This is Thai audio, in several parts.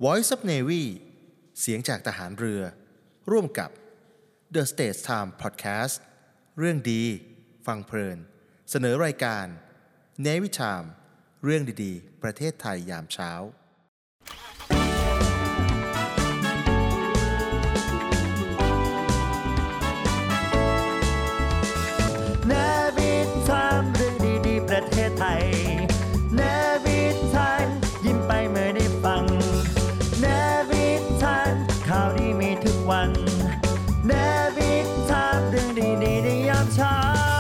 Voice of Navy เสียงจากทหารเรือร่วมกับ The States Time Podcast เรื่องดีฟังเพลินเสนอรายการ Navy Time เรื่องดีๆประเทศไทยยามเช้า Navy Time เรื่องดีๆประเทศไทย Navy Time ยิ้มไปเมื่อได้ฟัง Navy Time ข่าวดีมีทุกวัน Navy Time เรื่องดีๆในยามเช้า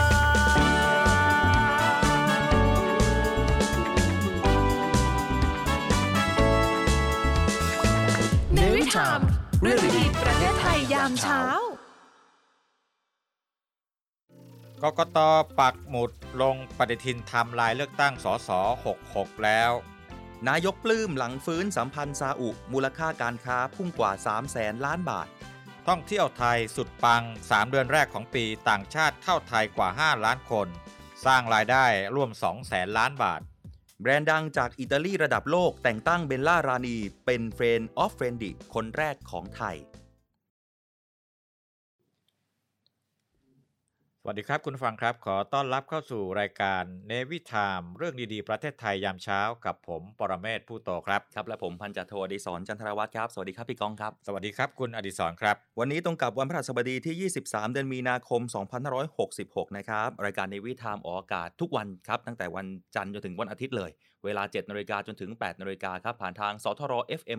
Navy Time เรื่องดีๆประเทศไทยยามเช้ากกต.ปักหมุดลงปฏิทินไทม์ไลน์เลือกตั้งสส66แล้วนายกปลื้มหลังฟื้นสัมพันธ์ซาอุมูลค่าการค้าพุ่งกว่า 300,000 ล้านบาทท่องเที่ยวไทยสุดปัง3เดือนแรกของปีต่างชาติเข้าไทยกว่า5ล้านคนสร้างรายได้ร่วม 200,000 ล้านบาทแบรนด์ดังจากอิตาลีระดับโลกแต่งตั้งเบลล่ารานีเป็น Friend of Friendly คนแรกของไทยสวัสดีครับคุณฟังครับขอต้อนรับเข้าสู่รายการ Navy Time เรื่องดีๆประเทศไทยยามเช้ากับผมปรเมศผู้โตครับครับและผมพันจ่าโทอดิศรจันทรวัฒน์ครับสวัสดีครับพี่กองครับสวัสดีครับคุณอดิศรครับวันนี้ตรงกับวันพฤหัสบดีที่23เดือนมีนาคม2566นะครับรายการ Navy Time ออกอากาศทุกวันครับตั้งแต่วันจันทร์จนถึงวันอาทิตย์เลยเวลา 7:00 นจนถึง 8:00 นครับผ่านทางสทร FM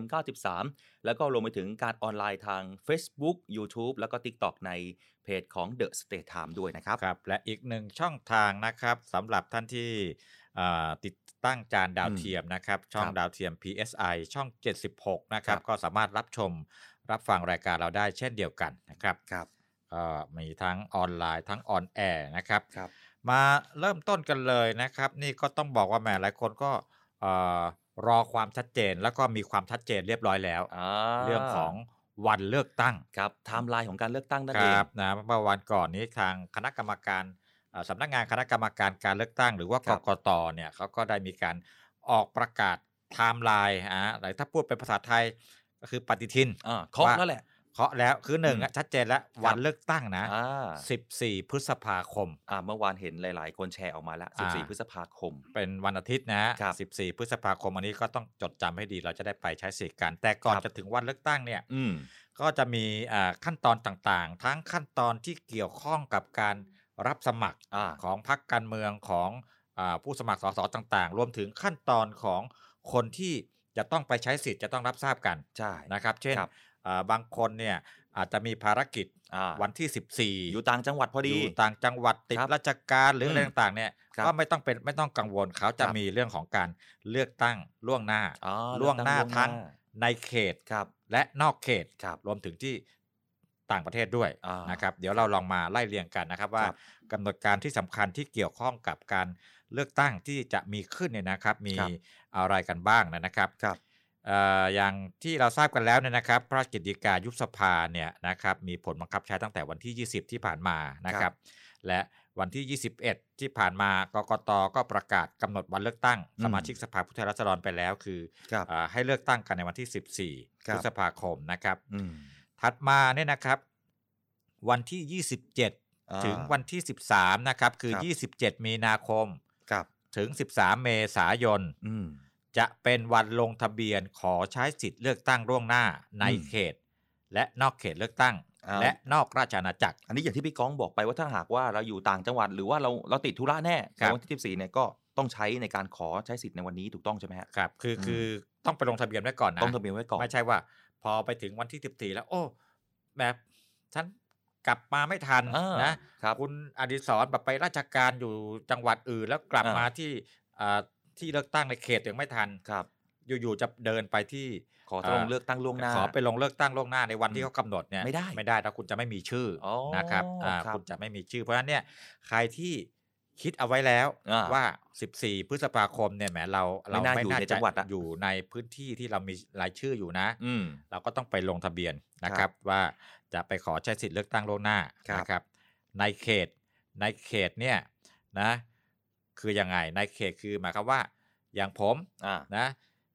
93แล้วก็รวมไปถึงการออนไลน์ทาง Facebook YouTube แล้วก็ TikTok ในเพจของ The State Time ด้วยนะครับครับและอีกหนึ่งช่องทางนะครับสำหรับท่านที่ติดตั้งจานดาวเทียมนะครับช่องดาวเทียม PSI ช่อง76นะครับก็สามารถรับชมรับฟังรายการเราได้เช่นเดียวกันนะครับก็มีทั้งออนไลน์ทั้งออนแอร์นะครับมาเริ่มต้นกันเลยนะครับนี่ก็ต้องบอกว่าแหมหลายคนก็รอความชัดเจนแล้วก็มีความชัดเจนเรียบร้อยแล้วเรื่องของวันเลือกตั้งครับไทม์ไลน์ของการเลือกตั้งนั่นเองครับนะเมื่อวันก่อนนี้ทางคณะกรรมการสำนักงานคณะกรรมการการเลือกตั้งหรือว่ากกต.เนี่ยเขาก็ได้มีการออกประกาศไทม์ไลน์หรือถ้าพูดเป็นภาษาไทยก็คือปฏิทินเคาะแล้วแหละเคาะแล้วคือ1ชัดเจนแล้ววันเลือกตั้งนะ14พฤษภาคมเมื่อวานเห็นหลายๆคนแชร์ออกมาแล้ว14พฤษภาคมเป็นวันอาทิตย์นะ14พฤษภาคมอันนี้ก็ต้องจดจำให้ดีเราจะได้ไปใช้สิทธิ์กันแต่ก่อนจะถึงวันเลือกตั้งเนี่ยก็จะมีขั้นตอนต่างๆทั้งขั้นตอนที่เกี่ยวข้องกับการรับสมัครของพรรคการเมืองของผู้สมัครสสต่างๆรวมถึงขั้นตอนของคนที่จะต้องไปใช้สิทธิ์จะต้องรับทราบกันนะครับเช่นบางคนเนี่ยอาจจะมีภารกิจวันที่14 อยู่ต่างจังหวัดพอดีอยู่ต่างจังหวัดติดราชการหรืออะไรต่างๆเนี่ยก็ไม่ต้องกังวลเขาจะมีเรื่องของการเลือกตั้งล่วงหน้าทั้งในเขตและนอกเขตรวมถึงที่ต่างประเทศด้วยนะครับเดี๋ยวเราลองมาไล่เรียงกันนะครับว่ากำหนดการที่สำคัญที่เกี่ยวข้องกับการเลือกตั้งที่จะมีขึ้นเนี่ยนะครับมีอะไรกันบ้างนะครับอย่างที่เราทราบกันแล้วเนี่ยนะครับพระราชกฤษฎีกายุบสภาเนี่ยนะครับมีผลบังคับใช้ตั้งแต่วันที่20ที่ผ่านมานะครับและวันที่21ที่ผ่านมากกต.ก็ประกาศกำหนดวันเลือกตั้งสมาชิกสภาผู้แทนราษฎรไปแล้วคือให้เลือกตั้งกันในวันที่14พฤษภาคมนะครับถัดมาเนี่ยนะครับวันที่27ถึงวันที่13นะครับคือ27มีนาคมถึง13เมษายนจะเป็นวันลงทะเบียนขอใช้สิทธิ์เลือกตั้งล่วงหน้าในเขตและนอกเขตเลือกตั้งและนอกราชอาณาจักรอันนี้อย่างที่พี่ก้องบอกไปว่าถ้าหากว่าเราอยู่ต่างจังหวัดหรือว่าเราติดธุระแน่ในวันที่14เนี่ยก็ต้องใช้ในการขอใช้สิทธิ์ในวันนี้ถูกต้องใช่ไหมครับคือต้องไปลงทะเบียนไว้ก่อนนะต้องทะเบียนไว้ก่อนไม่ใช่ว่าพอไปถึงวันที่14แล้วโอ้แบบฉันกลับมาไม่ทันนะคุณอดิศรแบบไปราชการอยู่จังหวัดอื่นแล้วกลับมาที่เลือกตั้งในเขตยังไม่ทันอยู่ๆจะเดินไปที่ขอลงเลือกตั้งล่วงหน้าขอไปลงเลือกตั้งล่วงหน้าในวันที่เขากำหนดเนี่ยไม่ได้ถ้าคุณจะไม่มีชื่อนะครับคุณจะไม่มีชื่อเพราะฉะนั้นเนี่ยใครที่คิดเอาไว้แล้วว่า14พฤษภาคมเนี่ยแหมเราไม่น่าจะอยู่ในพื้นที่ที่เรามีรายชื่ออยู่นะเราก็ต้องไปลงทะเบียนนะครับว่าจะไปขอใช้สิทธิ์เลือกตั้งล่วงหน้านะครับในเขตเนี่ยนะคือยังไงในเขตคือหมายความว่าอย่างผมนะ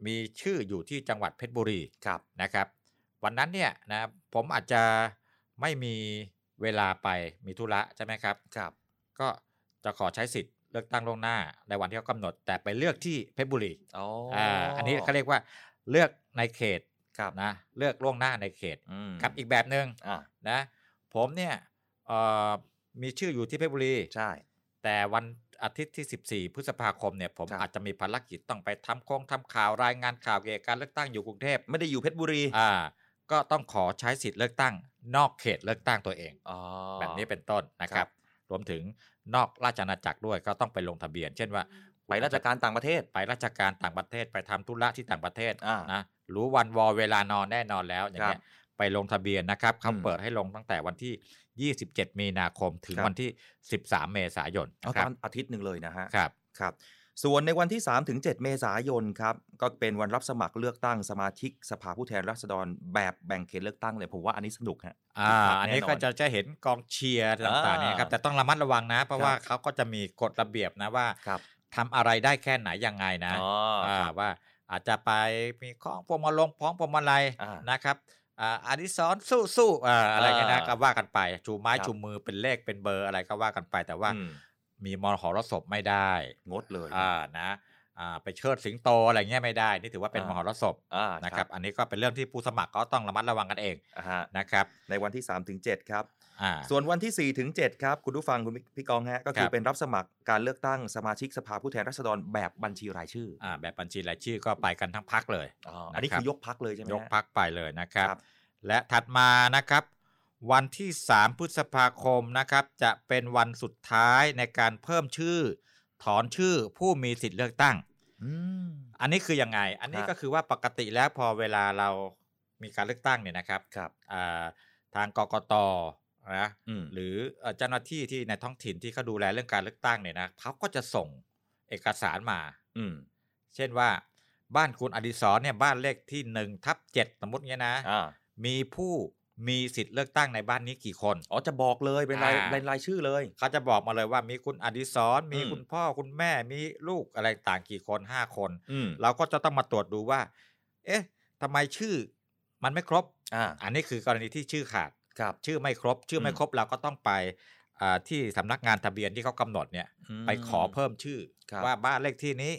มีชื่ออยู่ที่จังหวัดเพชรบุรีครับนะครับวันนั้นเนี่ยนะผมอาจจะไม่มีเวลาไปมีธุระใช่ไหมครับครับก็จะขอใช้สิทธิ์เลือกตั้งล่วงหน้าในวันที่เขากำหนดแต่ไปเลือกที่เพชรบุรี อันนี้เขาเรียกว่าเลือกในเขตนะเลือกล่วงหน้าในเขตครับอีกแบบหนึ่งนะผมเนี่ยมีชื่ออยู่ที่เพชรบุรีใช่แต่วันอาทิตย์ที่14พฤษภาคมเนี่ยผมอาจจะมีภารกิจต้องไปทำข่าวรายงานข่าวเกี่ยวกับการเลือกตั้งอยู่กรุงเทพไม่ได้อยู่เพชรบุรีก็ต้องขอใช้สิทธิ์เลือกตั้งนอกเขตเลือกตั้งตัวเองแบบนี้เป็นต้นนะครับรวมถึงนอกราชอาณาจักรด้วยก็ต้องไปลงทะเบียนเช่นว่าไปราชการต่างประเทศไปราชการต่างประเทศไปทำธุระที่ต่างประเทศนะรู้วันเวลานอนแน่นอนแล้วอย่างเงี้ยไปลงทะเบียนนะครับเขาเปิดให้ลงตั้งแต่วันที่27มีนาคมถึงวันที่13เมษายนครับอาทิตย์นึงเลยนะฮะครับส่วนในวันที่ 3-7 เมษายนครับก็เป็นวันรับสมัครเลือกตั้งสมาชิกสภาผู้แทนราษฎรแบบแบ่งเขตเลือกตั้งเลยผมว่าอันนี้สนุกฮะอันนี้ก็จะเห็นกองเชียร์ต่างๆเนี่ยครับแต่ต้องระมัดระวังนะเพราะว่าเขาก็จะมีกฎระเบียบนะว่าทำอะไรได้แค่ไหนยังไงนะว่าอาจจะไปมีของพวงมาลัยนะครับอดิศรสู้อะไรกันนะก็ว่ากันไปชูไม้ชูมือเป็นเลขเป็นเบอร์อะไรก็ว่ากันไปแต่ว่ามีมหรสพไม่ได้งดเลยนะไปเชิดสิงโตอะไรเงี้ยไม่ได้นี่ถือว่าเป็นมหรสพนะครับอันนี้ก็เป็นเรื่องที่ผู้สมัครก็ต้องระมัดระวังกันเองนะครับในวันที่ 3-7 ครับส่วนวันที่ 4-7 ครับคุณผู้ฟังคุณพี่กองฮะก็คือเป็นรับสมัครการเลือกตั้งสมาชิกสภาผู้แทนราษฎรแบบบัญชีรายชื่อแบบบัญชีรายชื่อก็ไปกันทั้งพรรคเลยอันนี้คือยกพรรคเลยใช่ไหมยกพรรคไปเลยนะครับและถัดมานะครับวันที่3พฤษภาคมนะครับจะเป็นวันสุดท้ายในการเพิ่มชื่อถอนชื่อผู้มีสิทธิ์เลือกตั้งอันนี้คือยังไงอันนี้ก็คือว่าปกติแล้วพอเวลาเรามีการเลือกตั้งเนี่ยนะครับทางกกต.นะหรือเจ้าหน้าที่ที่ในท้องถิ่นที่เขาดูแลเรื่องการเลือกตั้งเนี่ยนะเขาก็จะส่งเอกสารมาเช่นว่าบ้านคุณอดิศรเนี่ยบ้านเลขที่1/7สมมติเงี้ยนะมีผู้มีสิทธิ์เลือกตั้งในบ้านนี้กี่คนจะบอกเลยเป็นรายชื่อเลยเขาจะบอกมาเลยว่ามีคุณอดิศรมีคุณพ่อคุณแม่มีลูกอะไรต่างกี่คน5คนเราก็จะต้องมาตรวจดูว่าเอ๊ะทำไมชื่อมันไม่ครบอันนี้คือกรณีที่ชื่อขาดชื่อไม่ครบเราก็ต้องไปที่สำนักงานทะเบียนที่เขากำหนดเนี่ยไปขอเพิ่มชื่อว่าบ้านเลขที่นี้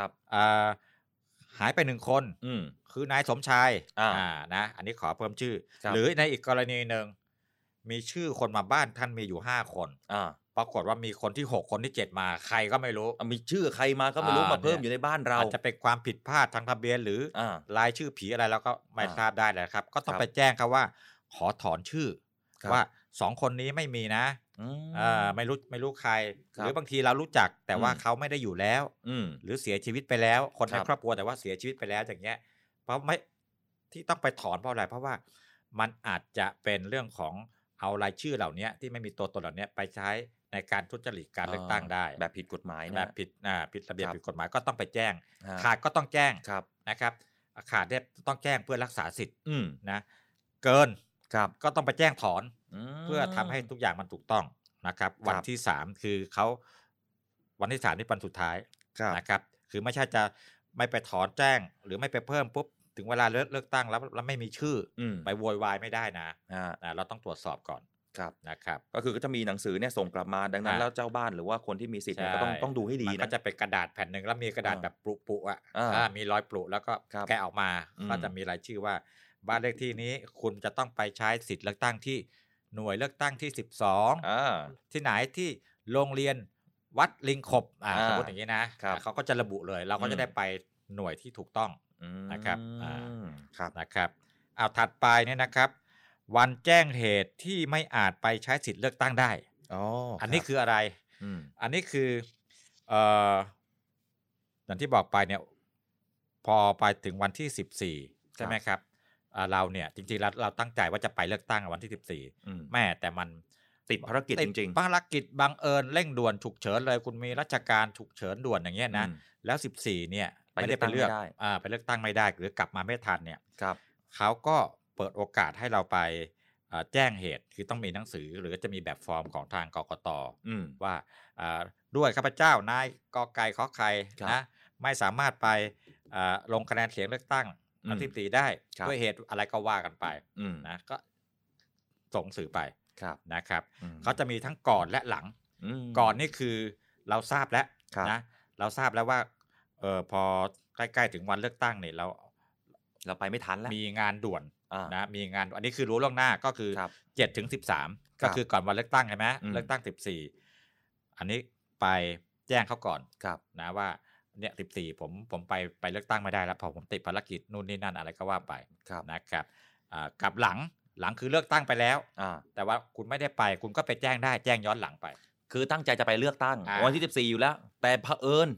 หายไป1คนคือนายสมชายนะอันนี้ขอเพิ่มชื่อหรือในอีกกรณีหนึ่งมีชื่อคนมาบ้านท่านมีอยู่5คนปรากฏว่ามีคนที่6คนที่7มาใครก็ไม่รู้มีชื่อใครมาก็ไม่รู้มาเพิ่มอยู่ในบ้านเราอาจจะเป็นความผิดพลาดทางทะเบียนหรือรายชื่อผีอะไรเราก็ไม่ทราบได้เลยครับก็ต้องไปแจ้งเขาว่าขอถอนชื่อว่า2คนนี้ไม่มีนะไม่รู้ใครหรือบางทีเรารู้จักแต่ว่าเขาไม่ได้อยู่แล้วหรือเสียชีวิตไปแล้วคนในครอบครัวแต่ว่าเสียชีวิตไปแล้วอย่างเงี้ยเพราะไม่ที่ต้องไปถอนเพราะอะไรเพราะว่ามันอาจจะเป็นเรื่องของเอารายชื่อเหล่านี้ที่ไม่มีตัวตนเหล่านี้ไปใช้ในการทุจริตการเลือกตั้งได้แบบผิดกฎหมายแบบผิดระเบียบผิดกฎหมายก็ต้องไปแจ้งขาดก็ต้องแจ้งนะครับขาดเนี่ยต้องแจ้งเพื่อรักษาสิทธิ์นะเกินก็ต้องไปแจ้งถอนเพื่อทำให้ทุกอย่างมันถูกต้องนะครับวันที่3คือเขาวันที่3นี่วันสุดท้ายนะครับคือไม่ใช่จะไม่ไปถอนแจ้งหรือไม่ไปเพิ่มปุ๊บถึงเวลาเลือกตั้งแล้วไม่มีชื่อไปโวยวายไม่ได้นะเราต้องตรวจสอบก่อนนะครับก็คือก็จะมีหนังสือเนี่ยส่งกลับมาดังนั้นแล้วเจ้าบ้านหรือว่าคนที่มีสิทธิ์ก็ต้องดูให้ดีนะก็จะเป็นกระดาษแผ่นนึงแล้วมีกระดาษแบบปลุมีรอยปลุแล้วก็แกะออกมาก็จะมีรายชื่อว่าบ้านเลขที่นี้คุณจะต้องไปใช้สิทธิ์เลือกตั้งที่หน่วยเลือกตั้งที่12ที่ไหนที่โรงเรียนวัดลิงขบสมมติอย่างนี้นะเขาก็จะระบุเลยเราก็จะได้ไปหน่วยที่ถูกต้องนะครับนะครับเอาถัดไปเนี่ยนะครับวันแจ้งเหตุที่ไม่อาจไปใช้สิทธิ์เลือกตั้งได้อันนี้คืออะไรอันนี้คืออย่างที่บอกไปเนี่ยพอไปถึงวันที่14ใช่ไหมครับเราเนี่ยจริงๆเราตั้งใจว่าจะไปเลือกตั้งวันที่14แม่แต่มันติดภารกิจจริงๆภารกิจบังเอิญเร่งด่วนฉุกเฉินเลยคุณมีราชการฉุกเฉินด่วนอย่างเงี้ยนะแล้ว14เนี่ยไม่ได้ไปเลือกไปเลือกตั้งไม่ได้หรือกลับมาไม่ทันเนี่ยเขาก็เปิดโอกาสให้เราไปแจ้งเหตุคือต้องมีหนังสือหรือจะมีแบบฟอร์มของทางกกต.ว่าด้วยข้าพเจ้านายกไก่ขอไข่นะไม่สามารถไปลงคะแนนเสียงเลือกตั้งวันที่14ได้ด้วยเหตุอะไรก็ว่ากันไปนะก็ส่งสื่อไปนะครับเขาจะมีทั้งก่อนและหลังก่อนนี่คือเราทราบแล้วนะเราทราบแล้วว่าพอใกล้ๆถึงวันเลือกตั้งเนี่ยเราไปไม่ทันแล้วมีงานด่วนนะมีงานอันนี้คือรู้ล่วงหน้าก็คือ7 ถึง 13ก็คือก่อนวันเลือกตั้งใช่ไหมเลือกตั้ง14อันนี้ไปแจ้งเขาก่อนนะว่าเนี่ย14ผมไปเลือกตั้งไม่ได้แล้วพอผมติดภารกิจนู่นนี่นั่นอะไรก็ว่าไปนะครับกับหลังคือเลือกตั้งไปแล้วแต่ว่าคุณไม่ได้ไปคุณก็ไปแจ้งได้แจ้งย้อนหลังไปคือตั้งใจจะไปเลือกตั้งวันที่14อยู่แล้วแต่เผอิญ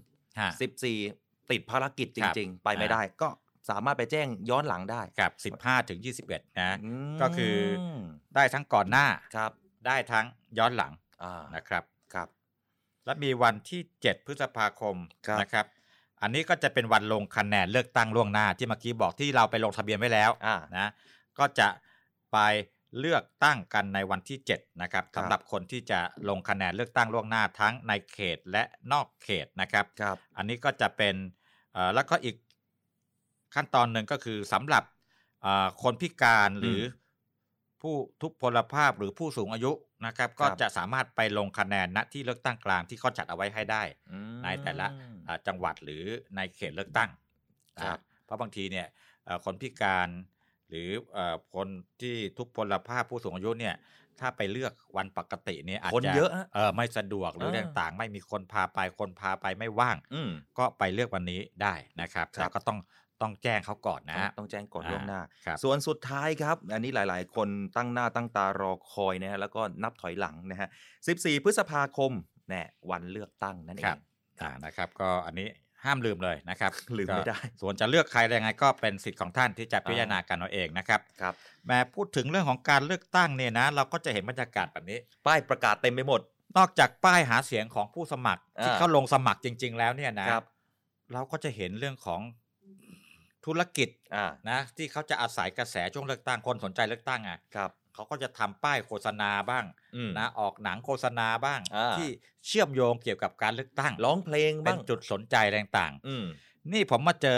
14ติดภารกิจจริงๆไปไม่ได้ก็สามารถไปแจ้งย้อนหลังได้กับ15 ถึง 21นะก็คือได้ทั้งก่อนหน้าได้ทั้งย้อนหลังนะครับและมีวันที่7 พฤษภาคมนะครับอันนี้ก็จะเป็นวันลงคะแนนเลือกตั้งล่วงหน้าที่เมื่อกี้บอกที่เราไปลงทะเบียนไว้แล้วนะก็จะไปเลือกตั้งกันในวันที่7นะครับสำหรับคนที่จะลงคะแนนเลือกตั้งล่วงหน้าทั้งในเขตและนอกเขตนะครับอันนี้ก็จะเป็นแล้วก็อีกขั้นตอนหนึ่งก็คือสำหรับคนพิการหรือผู้ทุพพลภาพหรือผู้สูงอายุนะครับก็จะสามารถไปลงคะแนนณที่เลือกตั้งกลางที่เขาจัดเอาไว้ให้ได้ในแต่ละจังหวัดหรือในเขตเลือกตั้งเพราะบางทีเนี่ยคนพิการหรือคนที่ทุพพลภาพผู้สูงอายุเนี่ยถ้าไปเลือกวันปกติเนี่ยอาจจะไม่สะดวกหรือต่างๆไม่มีคนพาไปไม่ว่างก็ไปเลือกวันนี้ได้นะครับแต่ก็ต้องแจ้งเขาก่อนนะต้องแจ้งก่อนล่วงหน้าส่วนสุดท้ายครับอันนี้หลายๆคนตั้งหน้าตั้งตารอคอยนะฮะแล้วก็นับถอยหลังนะฮะ14 พฤษภาคมแน่วันเลือกตั้งนั่นเองนะครับก็อันนี้ห้ามลืมเลยนะครับลืมไม่ได้ส่วนจะเลือกใครยังไงก็เป็นสิทธิ์ของท่านที่จะพิจารณากันเอาเองนะครับแม้พูดถึงเรื่องของการเลือกตั้งเนี่ยนะเราก็จะเห็นบรรยากาศแบบนี้ป้ายประกาศเต็มไปหมดนอกจากป้ายหาเสียงของผู้สมัครที่เขาลงสมัครจริงๆแล้วเนี่ยนะเราก็จะเห็นเรื่องของธุรกิจนะที่เขาจะอาศัยกระแสช่วงเลือกตั้งคนสนใจเลือกตั้งเขาก็จะทำป้ายโฆษณาบ้างนะออกหนังโฆษณาบ้างที่เชื่อมโยงเกี่ยวกับการเลือกตั้งร้องเพลงบ้างเป็นจุดสนใจต่างๆนี่ผมมาเจอ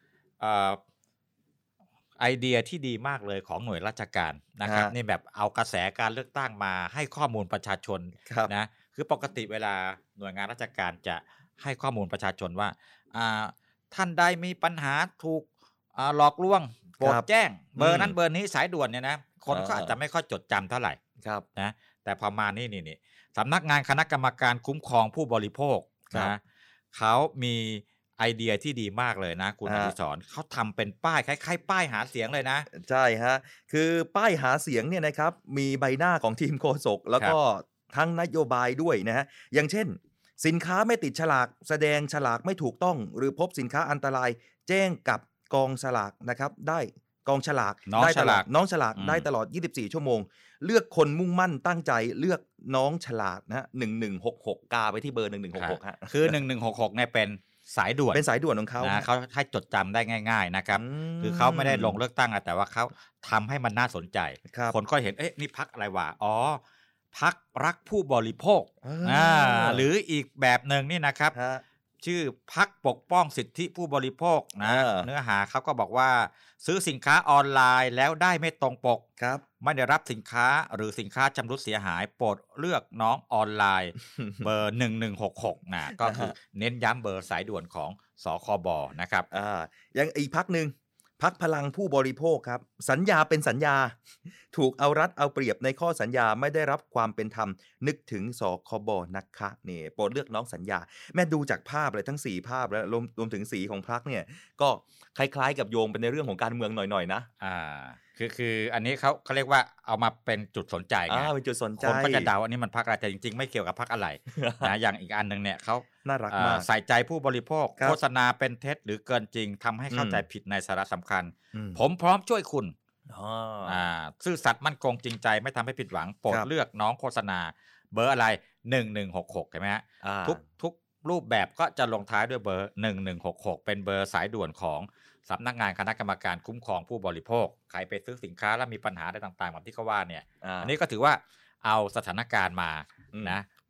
ไอเดียที่ดีมากเลยของหน่วยราชการนะครับนี่แบบเอากระแสการเลือกตั้งมาให้ข้อมูลประชาชนนะคือปกติเวลาหน่วยงานราชการจะให้ข้อมูลประชาชนว่าท่านใดมีปัญหาถูกหลอกลวงโปรดแจ้งเบอร์นั้นเบอร์นี้สายด่วนเนี่ยนะคนก็อาจจะไม่ค่อยจดจำเท่าไหร่นะแต่พอมานี่สำนักงานคณะกรรมการคุ้มครองผู้บริโภคนะเขามีไอเดียที่ดีมากเลยนะคุณอดิศรเขาทำเป็นป้ายคล้ายๆป้ายหาเสียงเลยนะใช่ฮะคือป้ายหาเสียงเนี่ยนะครับมีใบหน้าของทีมโฆษกแล้วก็ทั้งนโยบายด้วยนะฮะอย่างเช่นสินค้าไม่ติดฉลากแสดงฉลากไม่ถูกต้องหรือพบสินค้าอันตรายแจ้งกับกองฉลากนะครับได้กองฉลากได้ตลอดน้องฉลากได้ตลอด24ชั่วโมงเลือกคนมุ่งมั่นตั้งใจเลือกน้องฉลากนะฮะ1166กาไปที่เบอร์1166ฮะคือ1166เนี่ยเป็นสายด่วนเป็นสายด่วนของเขานะเขาให้จดจำได้ง่ายๆนะครับคือเขาไม่ได้ลงเลือกตั้งแต่ว่าเขาทำให้มันน่าสนใจคนก็เห็นนี่พรรคอะไรวะอ๋อพรรครักผู้บริโภคหรืออีกแบบนึงนี่นะครับชื่อพรรคปกป้องสิทธิผู้บริโภคนะเนื้อหาเขาก็บอกว่าซื้อสินค้าออนไลน์แล้วได้ไม่ตรงปกไม่ได้รับสินค้าหรือสินค้าชำรุดเสียหายโปรดเลือกน้องออนไลน์เบอร์1166นะก็คือเน้นย้ำเบอร์สายด่วนของสคบนะครับยังอีกพรรคนึงพรรคพลังผู้บริโภคครับสัญญาเป็นสัญญาถูกเอารัดเอาเปรียบในข้อสัญญาไม่ได้รับความเป็นธรรมนึกถึงสคบนะคะนี่โปรดเลือกน้องสัญญาแม่ดูจากภาพเลยทั้ง4ภาพแล้วรวมถึงสีของพรรคเนี่ยก็คล้ายๆกับโยงเป็นในเรื่องของการเมืองหน่อยๆนะคืออันนี้เขาเรียกว่าเอามาเป็นจุดสนใจไงเป็นจุดสนใจคนก็จะเดาอันนี้มันพรรคอะไรแต่จริงๆไม่เกี่ยวกับพรรคอะไรนะอย่างอีกอันนึงเนี่ยเขาน่ารักมากใส่ใจผู้บริโภคโฆษณาเป็นเท็จหรือเกินจริงทำให้เข้าใจผิดในสาระสำคัญผมพร้อมช่วยคุณซื่อสัตย์มั่นคงจริงใจไม่ทำให้ผิดหวังโปรดเลือกน้องโฆษณาเบอร์อะไร1166เห็นไหมฮะทุกรูปแบบก็จะลงท้ายด้วยเบอร์1166เป็นเบอร์สายด่วนของสำนักงานคณะกรรมการคุ้มครองผู้บริโภคใครไปซื้อสินค้าแล้วมีปัญหาอะไรต่างๆแบบที่เขาว่าเนี่ยอันนี้ก็ถือว่าเอาสถานการณ์มานะ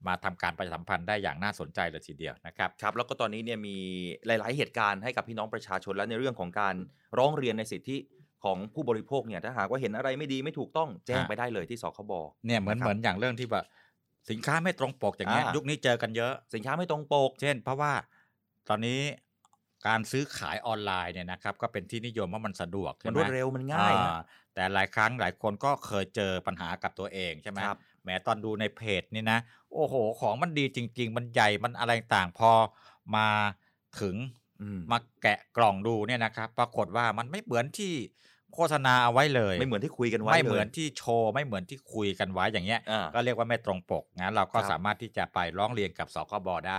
มาทำการประชาสัมพันธ์ได้อย่างน่าสนใจเลยทีเดียวนะครับครับแล้วก็ตอนนี้เนี่ยมีหลายๆเหตุการณ์ให้กับพี่น้องประชาชนและในเรื่องของการร้องเรียนในสิทธิของผู้บริโภคเนี่ยถ้าหากว่าเห็นอะไรไม่ดีไม่ถูกต้องแจ้งไปได้เลยที่สคบเนี่ยเหมือนอย่างเรื่องที่ว่าสินค้าไม่ตรงปกอย่างเงี้ยยุคนี้เจอกันเยอะสินค้าไม่ตรงปกเช่นเพราะว่าตอนนี้การซื้อขายออนไลน์เนี่ยนะครับก็เป็นที่นิยมว่ามันสะดวกมันรวดเร็วมันง่ายแต่หลายครั้งหลายคนก็เคยเจอปัญหากับตัวเองใช่ไหมแม้ตอนดูในเพจนี่นะโอ้โหของมันดีจริงๆมันใหญ่มันอะไรต่างพอมาถึงมาแกะกล่องดูเนี่ยนะครับปรากฏว่ามันไม่เหมือนที่โฆษณาเอาไว้เลยไม่เหมือนที่คุยกันไว้ไม่เหมือนที่โชว์ไม่เหมือนที่คุยกันไว้อย่างเงี้ยก็เรียกว่าไม่ตรงปกงั้นเราก็สามารถที่จะไปร้องเรียนกับสคบได้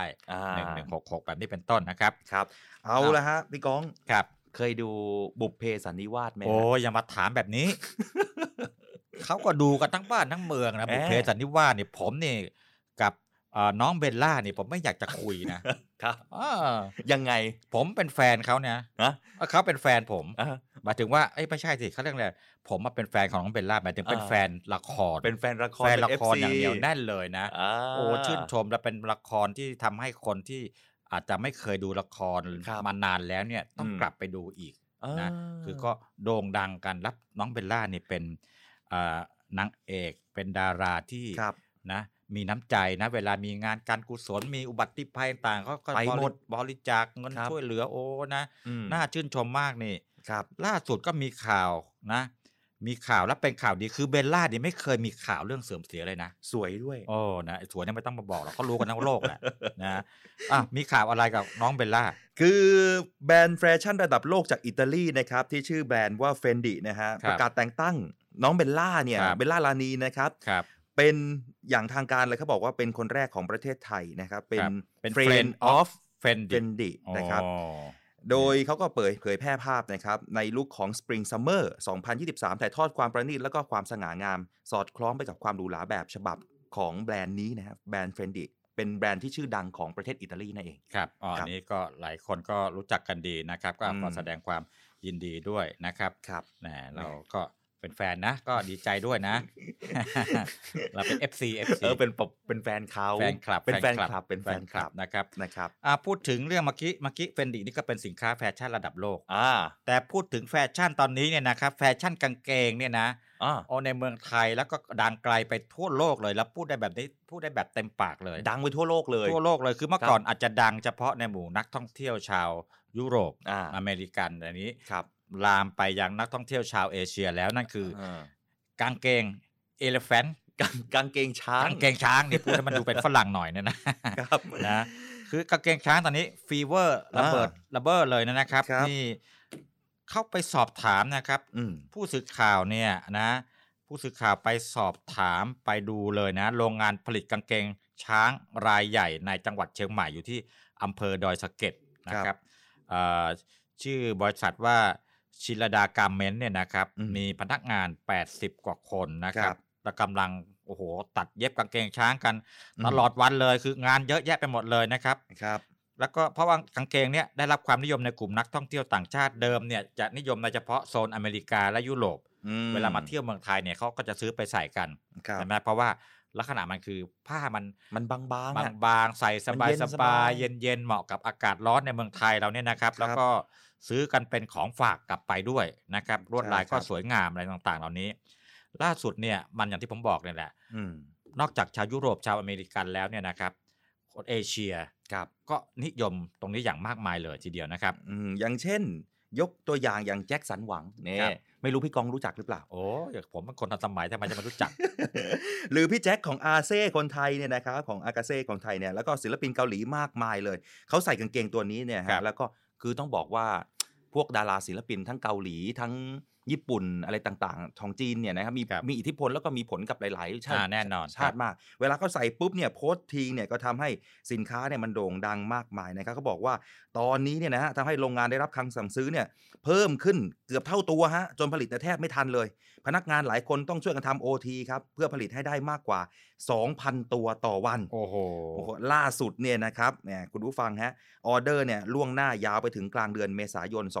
1166แบบนี้เป็นต้นนะครับครับเอาละฮะพี่ก้องครับเคยดูบุพเพสันนิวาสไหมโอ้อย่ามาถามแบบนี้ เขาก็ดูกันทั้งบ้านทั้งเมืองนะบุพเพสันนิวาสนี่ผมนี่กับน้องเบลล่านี่ผมไม่อยากจะคุยนะครับยังไงผมเป็นแฟนเขาเนี่ยเขาเป็นแฟนผมหมายถึงว่าไม่ใช่สิเขาเรียกอะไรผมมาเป็นแฟนของน้องเบลล่าหมายถึงเป็นแฟนละครเป็นแฟนละครอย่างเดียวแน่นเลยนะโอ้ชื่นชมและเป็นละครที่ทำให้คนที่อาจจะไม่เคยดูละครมานานแล้วเนี่ยต้องกลับไปดูอีกนะคือก็โด่งดังกันรับน้องเบลล่านี่เป็นนางเอกเป็นดาราที่นะมีน้ำใจนะเวลามีงานการกุศลมีอุบัติภัยต่างๆเขาก็บริจาคเงินช่วยเหลือโอ้นะน่าชื่นชมมากนี่ล่าสุดก็มีข่าวนะมีข่าวและเป็นข่าวดีคือเบลล่านี่ไม่เคยมีข่าวเรื่องเสื่อมเสียเลยนะสวยด้วยโอ้นะสวยเนี่ยไม่ต้องมาบอกหรอกเขารู้กันทั้งโลกแหละนะมีข่าวอะไรกับน้องเบลล่าคือแบรนด์แฟชั่นระดับโลกจากอิตาลีนะครับที่ชื่อแบรนด์ว่า Fendi นะฮะประกาศแต่งตั้งน้องเบลล่าเนี่ยเบลล่าลานีนะครับเป็นอย่างทางการเลยเขาบอกว่าเป็นคนแรกของประเทศไทยนะครับเป็น Friend of Fendi นะครับโดยเขาก็เผยแพร่ภาพนะครับในลุคของ Spring Summer 2023 ถ่ายทอดความประณีตและก็ความสง่างามสอดคล้องไปกับความหรูหราแบบฉบับของแบรนด์นี้นะครับแบรนด์ Fendi เป็นแบรนด์ที่ชื่อดังของประเทศอิตาลีนั่นเองครับอันนี้ก็หลายคนก็รู้จักกันดีนะครับก็ขอแสดงความยินดีด้วยนะครับเราก็เป็นแฟนนะก็ดีใจด้วยนะ เราเป็น FC เป็นแฟนเขาเป็นแฟนคลับนะครับพูดถึงเรื่องเมื่อกี้เฟนดินี่ก็เป็นสินค้าแฟชั่นระดับโลกแต่พูดถึงแฟชั่นตอนนี้เนี่ยนะครับแฟชั่นกางเกงเนี่ยนะในเมืองไทยแล้วก็ดังไกลไปทั่วโลกเลยแล้วพูดได้แบบนี้พูดได้แบบเต็มปากเลยดังไปทั่วโลกเลยคือเมื่อก่อนอาจจะดังเฉพาะในหมู่นักท่องเที่ยวชาวยุโรปอเมริกันอันนี้ลามไปยังนักท่องเที่ยวชาวเอเชียแล้วนั่นคือกางเกงเอเลฟแฟนต์กางเกงช้างนี่พูดให้มันดูเป็นฝรั่งหน่อยนะครับนะคือกางเกงช้างตอนนี้ฟีเวอร์ระเบิดเลยนะครับนี่เข้าไปสอบถามนะครับผู้สื่อข่าวเนี่ยนะผู้สื่อข่าวไปสอบถามไปดูเลยนะโรงงานผลิตกางเกงช้างรายใหญ่ในจังหวัดเชียงใหม่อยู่ที่อำเภอดอยสะเก็ดนะครับชื่อบริษัทว่าชิลดาการเมนต์เนี่ยนะครับมีพนักงาน80กว่าคนนะครับและกำลังโอ้โหตัดเย็บกางเกงช้างกันตลอดวันเลยคืองานเยอะแยะไปหมดเลยนะครับแล้วก็เพราะว่ากางเกงเนี่ยได้รับความนิยมในกลุ่มนักท่องเที่ยวต่างชาติเดิมเนี่ยจะนิยมในเฉพาะโซนอเมริกาและยุโรปเวลามาเที่ยวเมืองไทยเนี่ยเขาก็จะซื้อไปใส่กันใช่ไหมเพราะว่าลักษณะมันคือผ้ามันบางใส่สบายเย็นเหมาะกับอากาศร้อนในเมืองไทยเราเนี่ยนะครับแล้วก็ซื้อกันเป็นของฝากกลับไปด้วยนะครับลวดลายก็สวยงามอะไรต่างๆเหล่านี้ล่าสุดเนี่ยมันอย่างที่ผมบอกเนี่ยแหละนอกจากชาวยุโรปชาวอเมริกันแล้วเนี่ยนะครับคนเอเชียก็นิยมตรงนี้อย่างมากมายเลยทีเดียวนะครับอย่างเช่นยกตัวอย่างแจ็คสันหวังเนี่ยไม่รู้พี่กองรู้จักหรือเปล่าโอ้ยผมเป็นคนทันสมัยทำไมจะไม่รู้จักหรือพี่แจ็คของอาเซ่คนไทยเนี่ยนะครับของอากาเซ่ของไทยเนี่ยแล้วก็ศิลปินเกาหลีมากมายเลยเขาใส่กางเกงตัวนี้เนี่ยฮะแล้วก็คือต้องบอกว่าพวกดาราศิลปินทั้งเกาหลีทั้งญี่ปุ่นอะไรต่างๆของจีนเนี่ยนะครับมีอิทธิพลแล้วก็มีผลกับหลายๆชาติแน่นอนชาติมากเวลาเขาใส่ปุ๊บเนี่ยโพสต์ทีเนี่ยก็ทำให้สินค้าเนี่ยมันโด่งดังมากมายนะครับเขาบอกว่าตอนนี้เนี่ยนะฮะทำให้โรงงานได้รับคำสั่งซื้อเนี่ยเพิ่มขึ้นเกือบเท่าตัวฮะจนผลิตแทบไม่ทันเลยพนักงานหลายคนต้องช่วยกันทำ OT ครับเพื่อผลิตให้ได้มากกว่า 2,000 ตัวต่อวันโอ้โหล่าสุดเนี่ยนะครับเนี่ยคุณผู้ฟังฮะออเดอร์เนี่ยล่วงหน้ายาวไปถึงกลางเดือนเมษายน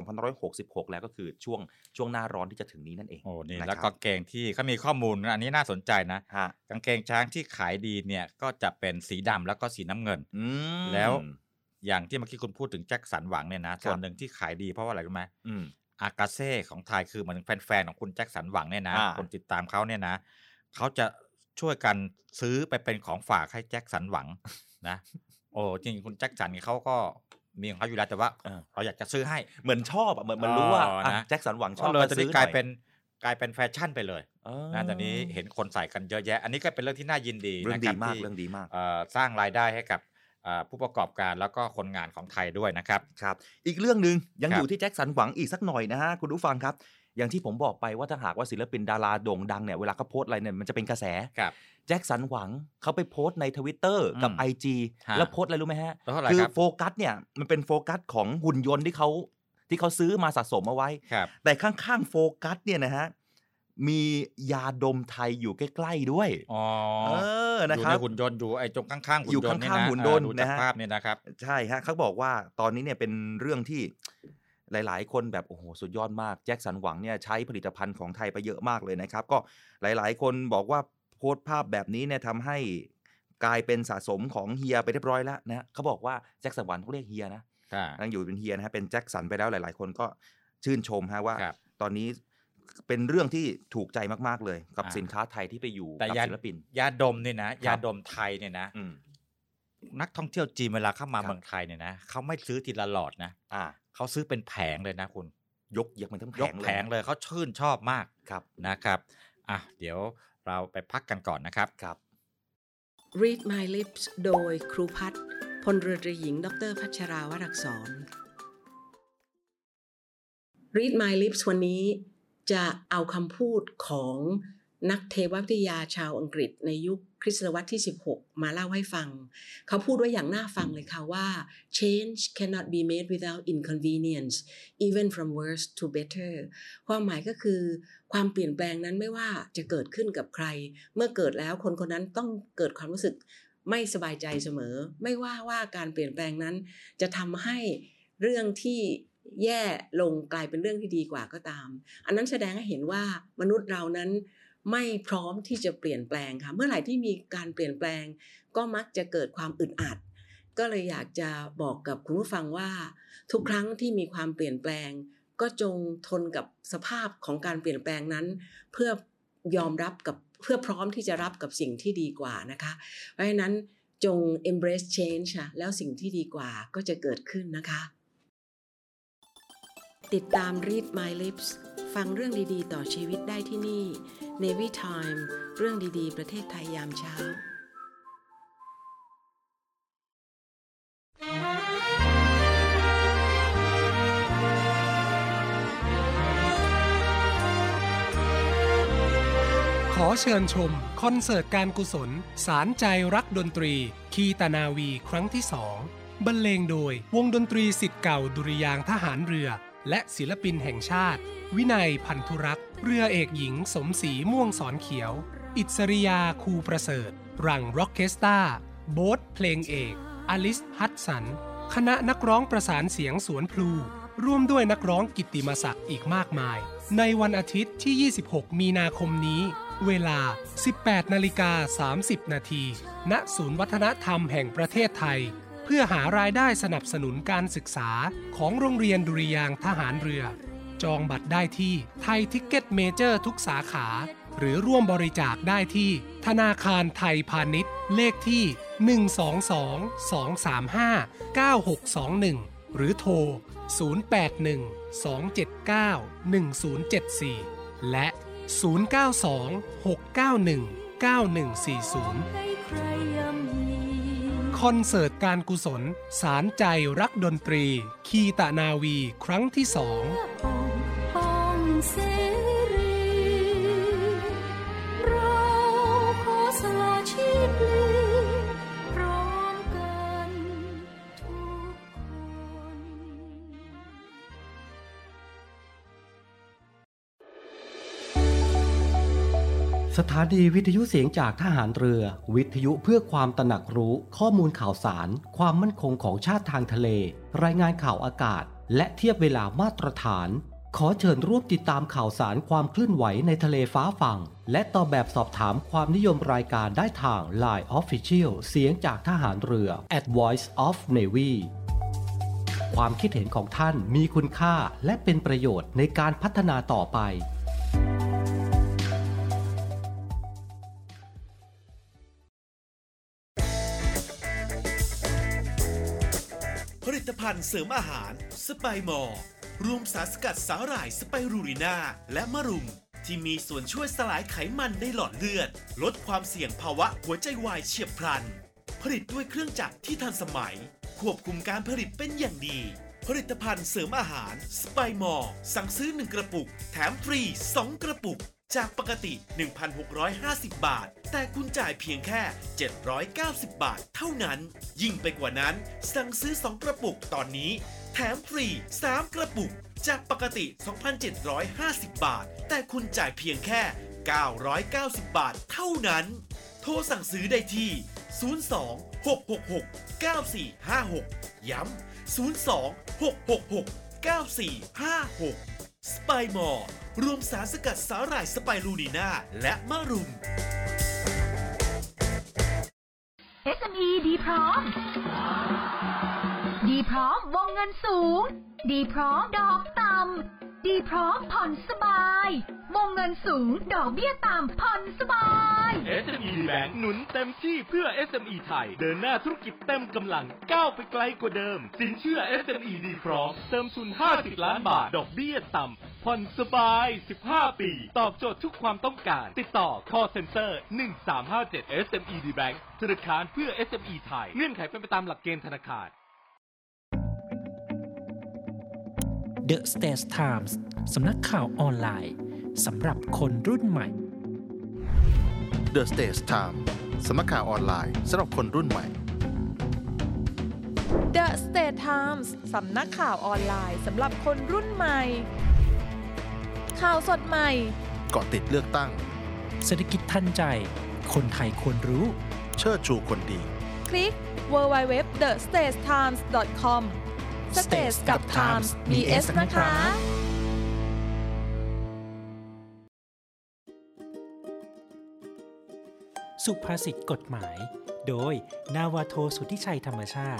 2566แล้วก็คือช่วงหน้าร้อนที่จะถึงนี้นั่นเองโอ้นี่นะครับแล้วกางเกงที่เขามีข้อมูลอันนี้น่าสนใจนะฮะกางเกงช้างที่ขายดีเนี่ยก็จะเป็นสีดำแล้วก็สีน้ำเงินมแล้วอย่างที่เมื่อกี้คุณพูดถึงแจ็คสันหวังเนี่ยนะครับส่วนหนึ่งที่ขายดีเพราะว่าอะไรรู้ไหมอืมอากาเซ่ของไทยคือเหมือนแฟนๆของคุณแจ็คสันหวังเนี่ยนะอ่าคนติดตามเขาเนี่ยนะเขาจะช่วยกันซื้อไปเป็นของฝากให้แจ็คสันหวัง นะ โอ้จริงๆคุณแจ็คสันเขาก็มีของเขาอยู่แล้วแต่ว่าเราอยากจะซื้อให้เหมือนชอบอ่ะเหมือนรู้ว่าอ๋อนะแจ็คสันหวังชอบเลยตอนซื้นี้อกลายหน่อเป็นแฟชั่นไปเลยนะตอนนี้เห็นคนใส่กันเยอะแยะ อันนี้ก็เป็นเรื่องที่น่ายินดีเรื่องนะดีครับมากที่เรื่องดีมากสร้างรายได้ให้กับผู้ประกอบการแล้วก็คนงานของไทยด้วยนะครับครับอีกเรื่องนึงยังครับอยู่ที่แจ็คสันหวังอีกสักหน่อยนะฮะคุณผู้ฟังครับอย่างที่ผมบอกไปว่าถ้าหากว่าศิลปินดาราโด่งดังเนี่ยเวลาเขาโพสต์อะไรเนี่ยมันจะเป็นกระแสครับแจ็คสันหวังเขาไปโพสต์ใน Twitter กับ IG ฮะแล้วโพสต์อะไรรู้ไหมฮะแล้วเท่าไหร่คือครับโฟกัสเนี่ยมันเป็นโฟกัสของหุ่นยนต์ที่เขาซื้อมาสะสมเอาไว้ครับแต่ข้างๆโฟกัสเนี่ยนะฮะมียาดมไทยอยู่ใกล้ๆด้วยอ๋อนะอยู่ครัในบหุ่นยนต์อยู่ไอ้ตรงข้างๆหุ่นอยู่ยนต์นี่ข้างนะๆหุ่นยนต์ดูจากนะฮะภาพเนี่ยนะครับใช่ฮะเขาบอกว่าตอนนี้เนี่ยเป็นเรื่องที่หลายๆ คนแบบโอ้โหสุดยอดมากแจ็คสันหวังเนี่ยใช้ผลิตภัณฑ์ของไทยไปเยอะมากเลยนะครับก็หลายๆ คนบอกว่าโพสต์ภาพแบบนี้เนี่ยทำให้กลายเป็นสะสมของเฮียไปเรียบร้อยแล้วนะเขาบอกว่าแจ็คสันหวังเขาเรียกเฮียนะนั่งอยู่เป็นเฮียนะฮะเป็นแจ็คสันไปแล้วหลายๆ คนก็ชื่นชมฮะว่า ตอนนี้เป็นเรื่องที่ถูกใจมากๆเลยกับสินค้าไทยที่ไปอยู่กับศิลปินยาดมเนี่ยนะยาดมไทยเนี่ยนะนักท่องเที่ยวจีนเวลาเข้ามาเมืองไทยเนี่ยนะเขาไม่ซื้อทีละหลอดนะเขาซื้อเป็นแผงเลยนะคุณยกมันทั้งแผงเลยยกแผงเลยเขาชื่นชอบมากนะครับเดี๋ยวเราไปพักกันก่อนนะครับ Read My Lips โดยครูพัฒน์พลเรือตรีหญิงดร.พัชราวรักษร Read My Lips วันนี้จะเอาคำพูดของนักเทววิทยาชาวอังกฤษในยุคคริสตศตวรรษที่ 16 มาเล่าให้ฟังเขาพูดไว้อย่างน่าฟังเลยค่ะว่า Change cannot be made without inconvenience even from worse to better ความหมายก็คือความเปลี่ยนแปลงนั้นไม่ว่าจะเกิดขึ้นกับใครเมื่อเกิดแล้วคนคนนั้นต้องเกิดความรู้สึกไม่สบายใจเสมอไม่ว่าการเปลี่ยนแปลงนั้นจะทำให้เรื่องที่แย่ลงกลายเป็นเรื่องที่ดีกว่าก็ตามอันนั้นแสดงให้เห็นว่ามนุษย์เรานั้นไม่พร้อมที่จะเปลี่ยนแปลงค่ะเมื่อไหร่ที่มีการเปลี่ยนแปลงก็มักจะเกิดความอึดอัดก็เลยอยากจะบอกกับคุณผู้ฟังว่าทุกครั้งที่มีความเปลี่ยนแปลงก็จงทนกับสภาพของการเปลี่ยนแปลงนั้นเพื่อยอมรับกับเพื่อพร้อมที่จะรับกับสิ่งที่ดีกว่านะคะเพราะฉะนั้นจง embrace change ค่ะแล้วสิ่งที่ดีกว่าก็จะเกิดขึ้นนะคะติดตาม Read My Lips ฟังเรื่องดีๆต่อชีวิตได้ที่นี่ Navy Time เรื่องดีๆประเทศไทยยามเช้าขอเชิญชมคอนเสิร์ตการกุศลสารใจรักดนตรีคีตนาวีครั้งที่ 2 บรรเลงโดยวงดนตรีศิษย์เก่าดุริยางค์ทหารเรือและศิลปินแห่งชาติวินัยพันธุรักษ์เรือเอกหญิงสมศรีม่วงสอนเขียวอิสริยาคูประเสริฐรังร็อกเคสตาโบ๊ทเพลงเอกอลิสฮัตสันคณะนักร้องประสานเสียงสวนพลูร่วมด้วยนักร้องกิตติมศักดิ์อีกมากมายในวันอาทิตย์ที่ 26 มีนาคมนี้เวลา 18:30 นาทีณศูนย์วัฒนธรรมแห่งประเทศไทยเพื่อหารายได้สนับสนุนการศึกษาของโรงเรียนดุริยางค์ทหารเรือจองบัตรได้ที่ไทยทิกเก็ตเมเจอร์ทุกสาขาหรือร่วมบริจาคได้ที่ธนาคารไทยพาณิชย์เลขที่ 122-235-9621 หรือโทร 081-279-1074 และ 092-691-9140 คอนเสิร์ตการกุศลสารใจรักดนตรีคีตนาวีครั้งที่ 2 สถานีวิทยุเสียงจากทหารเรือวิทยุเพื่อความตระหนักรู้ข้อมูลข่าวสารความมั่นคงของชาติทางทะเลรายงานข่าวอากาศและเทียบเวลามาตรฐานขอเชิญร่วมติดตามข่าวสารความเคลื่อนไหวในทะเลฟ้าฝั่งและตอบแบบสอบถามความนิยมรายการได้ทาง Line Official เสียงจากทหารเรือ @Voice of Navy ความคิดเห็นของท่านมีคุณค่าและเป็นประโยชน์ในการพัฒนาต่อไปผลิตภัณฑ์เสริมอาหารสไปมอร์รวมสารสกัดสาหร่ายสไปรูรินาและมะรุมที่มีส่วนช่วยสลายไขมันในหลอดเลือดลดความเสี่ยงภาวะหัวใจวายเฉียบพลันผลิตด้วยเครื่องจักรที่ทันสมัยควบคุมการผลิตเป็นอย่างดีผลิตภัณฑ์เสริมอาหารสไปมอร์สั่งซื้อ1กระปุกแถมฟรี2กระปุกจากปกติ 1,650 บาทแต่คุณจ่ายเพียงแค่790 บาทเท่านั้นยิ่งไปกว่านั้นสั่งซื้อ2กระปุกตอนนี้แถมฟรี3กระปุกจากปกติ 2,750 บาทแต่คุณจ่ายเพียงแค่990 บาทเท่านั้นโทรสั่งซื้อได้ที่02-666-9456ย้ำ02-666-9456 สไปมอร์รวมสารสกัดสาหร่ายสไปรูนีนาและมะรุม SME ดีพร้อมดีพร้อมวงเงินสูงดีพร้อมดอกต่ำดีพร้อมผ่อนสบายวงเงินสูงดอกเบี้ยต่ำผ่อนสบาย SME Bank หนุนเต็มที่เพื่อ SME ไทยเดินหน้าธุรกิจเต็มกำลังก้าวไปไกลกว่าเดิมสินเชื่อ SME ดีพร้อมเติมทุน50 ล้านบาทดอกเบี้ยต่ำผ่อนสบาย15 ปีตอบโจทย์ทุกความต้องการติดต่อ Call Center 1357 SME Bank ธนาคารเพื่อ SME ไทยเงื่อนไขเป็นไปตามหลักเกณฑ์ธนาคาร The States Times สำนักข่าวออนไลน์สำหรับคนรุ่นใหม่ The States Times สำนักข่าวออนไลน์สำหรับคนรุ่นใหม่ The States Times สำนักข่าวออนไลน์สำหรับคนรุ่นใหม่ข่าวสดใหม่เกาะติดเลือกตั้งเศรษฐกิจทันใจคนไทยควรรู้เชิดชูคนดีคลิก www.thestatestimes.com States กับ Times มี S นะคะสุภาษิตกฎหมายโดยนาวาโทสุทธิชัยธรรมชาติ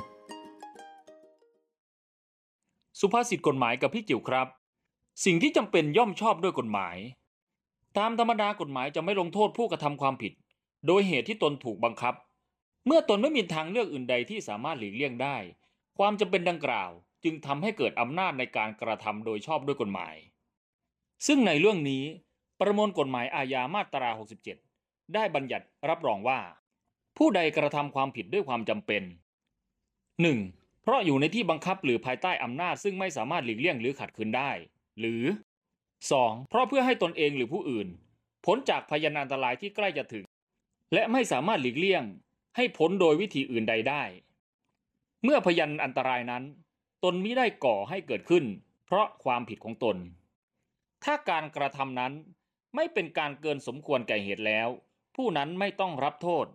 สุภาษิตกฎหมายกับพี่จิ๋วครับสิ่งที่จำเป็นย่อมชอบด้วยกฎหมายตามธรรมดากฎหมายจะไม่ลงโทษผู้กระทำความผิดโดยเหตุที่ตนถูกบังคับเมื่อตนไม่มีทางเลือกอื่นใดที่สามารถหลีกเลี่ยงได้ความจำเป็นดังกล่าวจึงทำให้เกิดอำนาจในการกระทำโดยชอบด้วยกฎหมายซึ่งในเรื่องนี้ประมวลกฎหมายอาญามาตรา67ได้บัญญัติรับรองว่าผู้ใดกระทำความผิดด้วยความจำเป็น 1. เพราะอยู่ในที่บังคับหรือภายใต้อำนาจซึ่งไม่สามารถหลีกเลี่ยงหรือขัดขืนได้หรือ 2. เพราะเพื่อให้ตนเองหรือผู้อื่นพ้นจากพยานอันตรายที่ใกล้จะถึงและไม่สามารถหลีกเลี่ยงให้พ้นโดยวิธีอื่นใดได้เมื่อพยานอันตรายนั้นตนมิได้ก่อให้เกิดขึ้นเพราะความผิดของตนถ้าการกระทำนั้นไม่เป็นการเกินสมควรแก่เหตุแล้วผู้นั้นไม่ต้องรับโทษ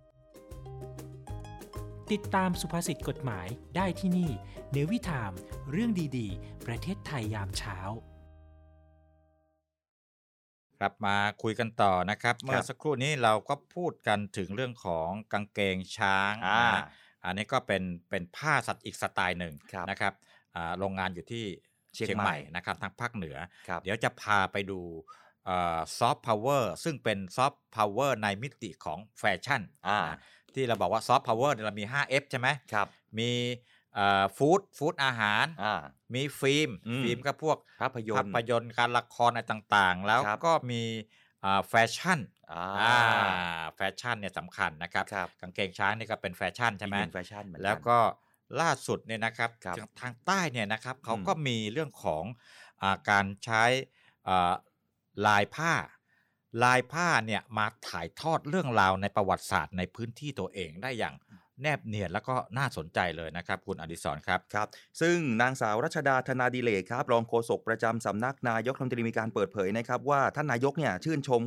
ติดตามสุภาษิตกฎหมายได้ที่นี่เนวิไทม์เรื่องดีๆประเทศไทยยามเช้ากลับมาคุยกันต่อนะครับเมื่อสักครู่นี้เราก็พูดกันถึงเรื่องของกางเกงช้างอันนี้ก็เป็นผ้าสัตว์อีกสไตล์หนึ่งนะครับโรงงานอยู่ที่เชียงใหม่นะครับทางภาคเหนือเดี๋ยวจะพาไปดูซอฟต์พาวเวอร์ซึ่งเป็นซอฟต์พาวเวอร์ในมิติของแฟชั่นที่เราบอกว่าซอฟต์พาวเวอร์เรามี 5F ใช่ไหมมีฟู้ดอาหารมีฟิล์มก็พวกภาพยนตร์การละครอะไรต่างๆแล้วก็มีแฟชั่นแฟชั่นเนี่ยสำคัญนะครับกางเกงช้างนี่ก็เป็นแฟชั่นใช่ไหมแล้วก็ล่าสุดเนี่ยนะครับทางใต้เนี่ยนะครับเขาก็มีเรื่องของการใช้ลายผ้าเนี่ยมาถ่ายทอดเรื่องราวในประวัติศาสตร์ในพื้นที่ตัวเองได้อย่างแนบเนียนแล้วก็น่าสนใจเลยนะครับคุณอดิศรครับซึ่งนางสาวรัชดาธนาดิเลกครับรองโฆษกประจำสำนักนายกรัฐมนตรีมีการเปิดเผยนะครับว่าท่านนายกเนี่ยชื่นชม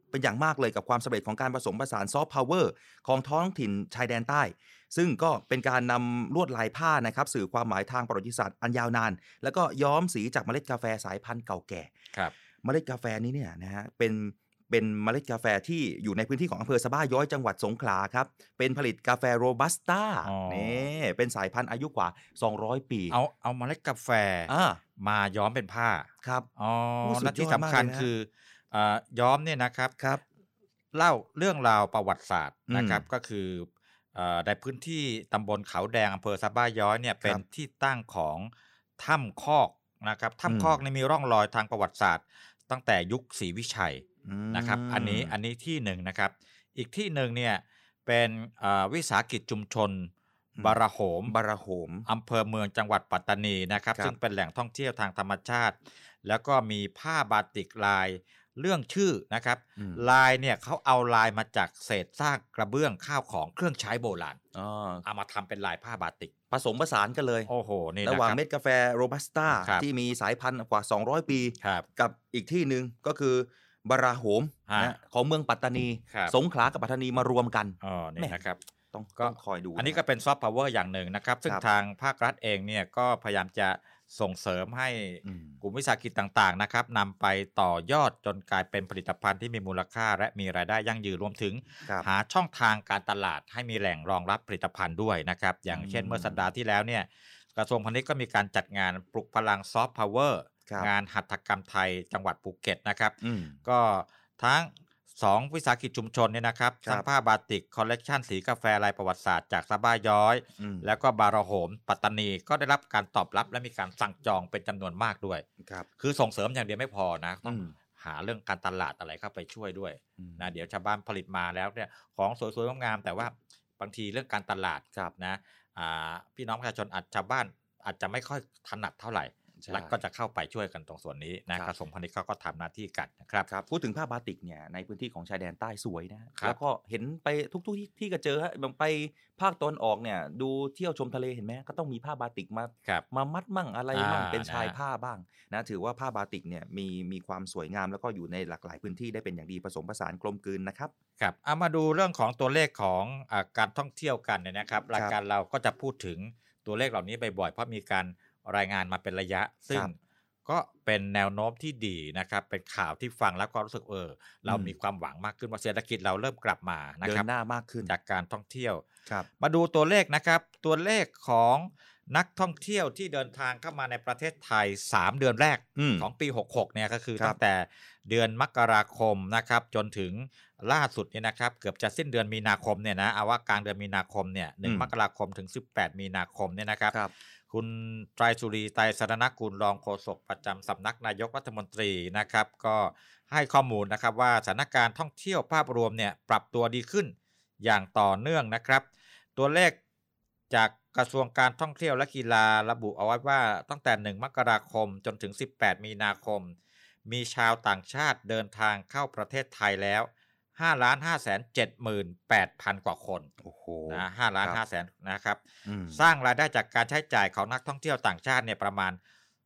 เป็นอย่างมากเลยกับความสำเร็จของการผสมผสานซอฟต์พาวเวอร์ของท้องถิ่นชายแดนใต้ซึ่งก็เป็นการนำลวดลายผ้านะครับสื่อความหมายทางประวัติศาสตร์อันยาวนานแล้วก็ย้อมสีจากเมล็ดกาแฟสายพันธุ์เก่าแก่ครับเมล็ดกาแฟนี้เนี่ยนะฮะเป็นเมล็ดกาแฟที่อยู่ในพื้นที่ของอำเภอสะบ้าย้อยจังหวัดสงขลาครับเป็นผลิตกาแฟโรบัสต้านี่เป็นสายพันธุ์อายุกว่า200ปีเอาเมล็ดกาแฟมาย้อมเป็นผ้าครับและที่สำคัญคือย้อมเนี่ยนะครับเล่าเรื่องราวประวัติศาสตร์นะครับก็คือในพื้นที่ตำบลเขาแดงอำเภอสะบ้าย้อยเนี่ยเป็นที่ตั้งของถ้ำคอกนะครับถ้ำคอกนี่มีร่องรอยทางประวัติศาสตร์ตั้งแต่ยุคศรีวิชัยนะครับอันนี้ที่หนึ่งนะครับอีกที่หนึ่งเนี่ยเป็นวิสาหกิจชุมชนบาราโหมอำเภอเมืองจังหวัดปัตตานีนะครับซึ่งเป็นแหล่งท่องเที่ยวทางธรรมชาติแล้วก็มีผ้าบาติกลายเรื่องชื่อนะครับลายเนี่ยเขาเอาลายมาจากเศษซากกระเบื้องข้าวของเครื่องใช้โบราณเอามาทำเป็นลายผ้าบาติกผสมผสานกันเลยโอ้โหนี่ระหว่างเม็ดกาแฟโรบัสต้าที่มีสายพันธุ์กว่า200ปีกับอีกที่นึงก็คือบาราโหมนะของเมืองปัตตานีสงขลากับปัตตานีมารวมกันนี่นะครับต้องคอยดูอันนี้ก็เป็นซอฟต์พาวเวอร์อย่างหนึ่งนะครับซึ่งทางภาครัฐเองเนี่ยก็พยายามจะส่งเสริมให้กลุ่มวิสาหกิจต่างๆนะครับนำไปต่อยอดจนกลายเป็นผลิตภัณฑ์ที่มีมูลค่าและมีรายได้ยั่งยืนรวมถึงหาช่องทางการตลาดให้มีแหล่งรองรับผลิตภัณฑ์ด้วยนะครับอย่างเช่นเมื่อสัปดาห์ที่แล้วเนี่ยกระทรวงพาณิชย์ก็มีการจัดงานปลุกพลังซอฟต์พาวเวอร์งานหัตถกรรมไทยจังหวัดภูเก็ตนะครับก็ทั้ง2วิสาหกิจชุมชนเนี่ยนะครับทั้งผ้าบาติกคอลเลกชันสีกาแฟลายประวัติศาสตร์จากสะบ้าย้อยแล้วก็บาราโหมปัตตานีก็ได้รับการตอบรับและมีการสั่งจองเป็นจำนวนมากด้วยคือส่งเสริมอย่างเดียวไม่พอนะต้องหาเรื่องการตลาดอะไรเข้าไปช่วยด้วยนะเดี๋ยวชาวบ้านผลิตมาแล้วเนี่ยของสวยๆงามๆแต่ว่าบางทีเรื่องการตลาดนะพี่น้องประชาชนชาวบ้านอาจจะไม่ค่อยถนัดเท่าไหร่รัฐก็จะเข้าไปช่วยกันตรงส่วนนี้นะกระทรวงพาณิชย์ก็ทำหน้าที่กันนะครับพูดถึงผ้าบาติกเนี่ยในพื้นที่ของชายแดนใต้สวยนะแล้วก็เห็นไปทุกที่ก็เจอฮะบางไปภาคตะวันออกเนี่ยดูเที่ยวชมทะเลเห็นไหมก็ต้องมีผ้าบาติกมามัดมั่งอะไรมั่งเป็นชายผ้าบ้างนะถือว่าผ้าบาติกเนี่ยมีความสวยงามแล้วก็อยู่ในหลากหลายพื้นที่ได้เป็นอย่างดีผสมผสานกลมกลืนนะครับครับเอามาดูเรื่องของตัวเลขของการท่องเที่ยวกันเนี่ยนะครับรายการเราก็จะพูดถึงตัวเลขเหล่านี้บ่อยๆเพราะมีการรายงานมาเป็นระยะซึ่งก็เป็นแนวโน้มที่ดีนะครับเป็นข่าวที่ฟังแล้วก็รู้สึกเรามีความหวังมากขึ้นว่าเศรษฐกิจเราเริ่มกลับมานะครับเดินหน้ามากขึ้นจากการท่องเที่ยวมาดูตัวเลขนะครับตัวเลขของนักท่องเที่ยวที่เดินทางเข้ามาในประเทศไทย3เดือนแรกของปี66เนี่ยก็คือตั้งแต่เดือนมกราคมนะครับจนถึงล่าสุดเนี่ยนะครับเกือบจะสิ้นเดือนมีนาคมเนี่ยนะเอาว่ากลางเดือนมีนาคมเนี่ย1มกราคมถึง18มีนาคมเนี่ยนะครับคุณไตรสุรีไตรสรณกุลรองโฆษกประจำสำนักนายกรัฐมนตรีนะครับก็ให้ข้อมูลนะครับว่าสถานการณ์ท่องเที่ยวภาพรวมเนี่ยปรับตัวดีขึ้นอย่างต่อเนื่องนะครับตัวเลขจากกระทรวงการท่องเที่ยวและกีฬาระบุเอาไว้ว่าตั้งแต่1มกราคมจนถึง18มีนาคมมีชาวต่างชาติเดินทางเข้าประเทศไทยแล้ว5,578,000 กว่าคนโอ้โหนะ5,500,000นะครับสร้างรายได้จากการใช้จ่ายของนักท่องเที่ยวต่างชาติเนี่ยประมาณ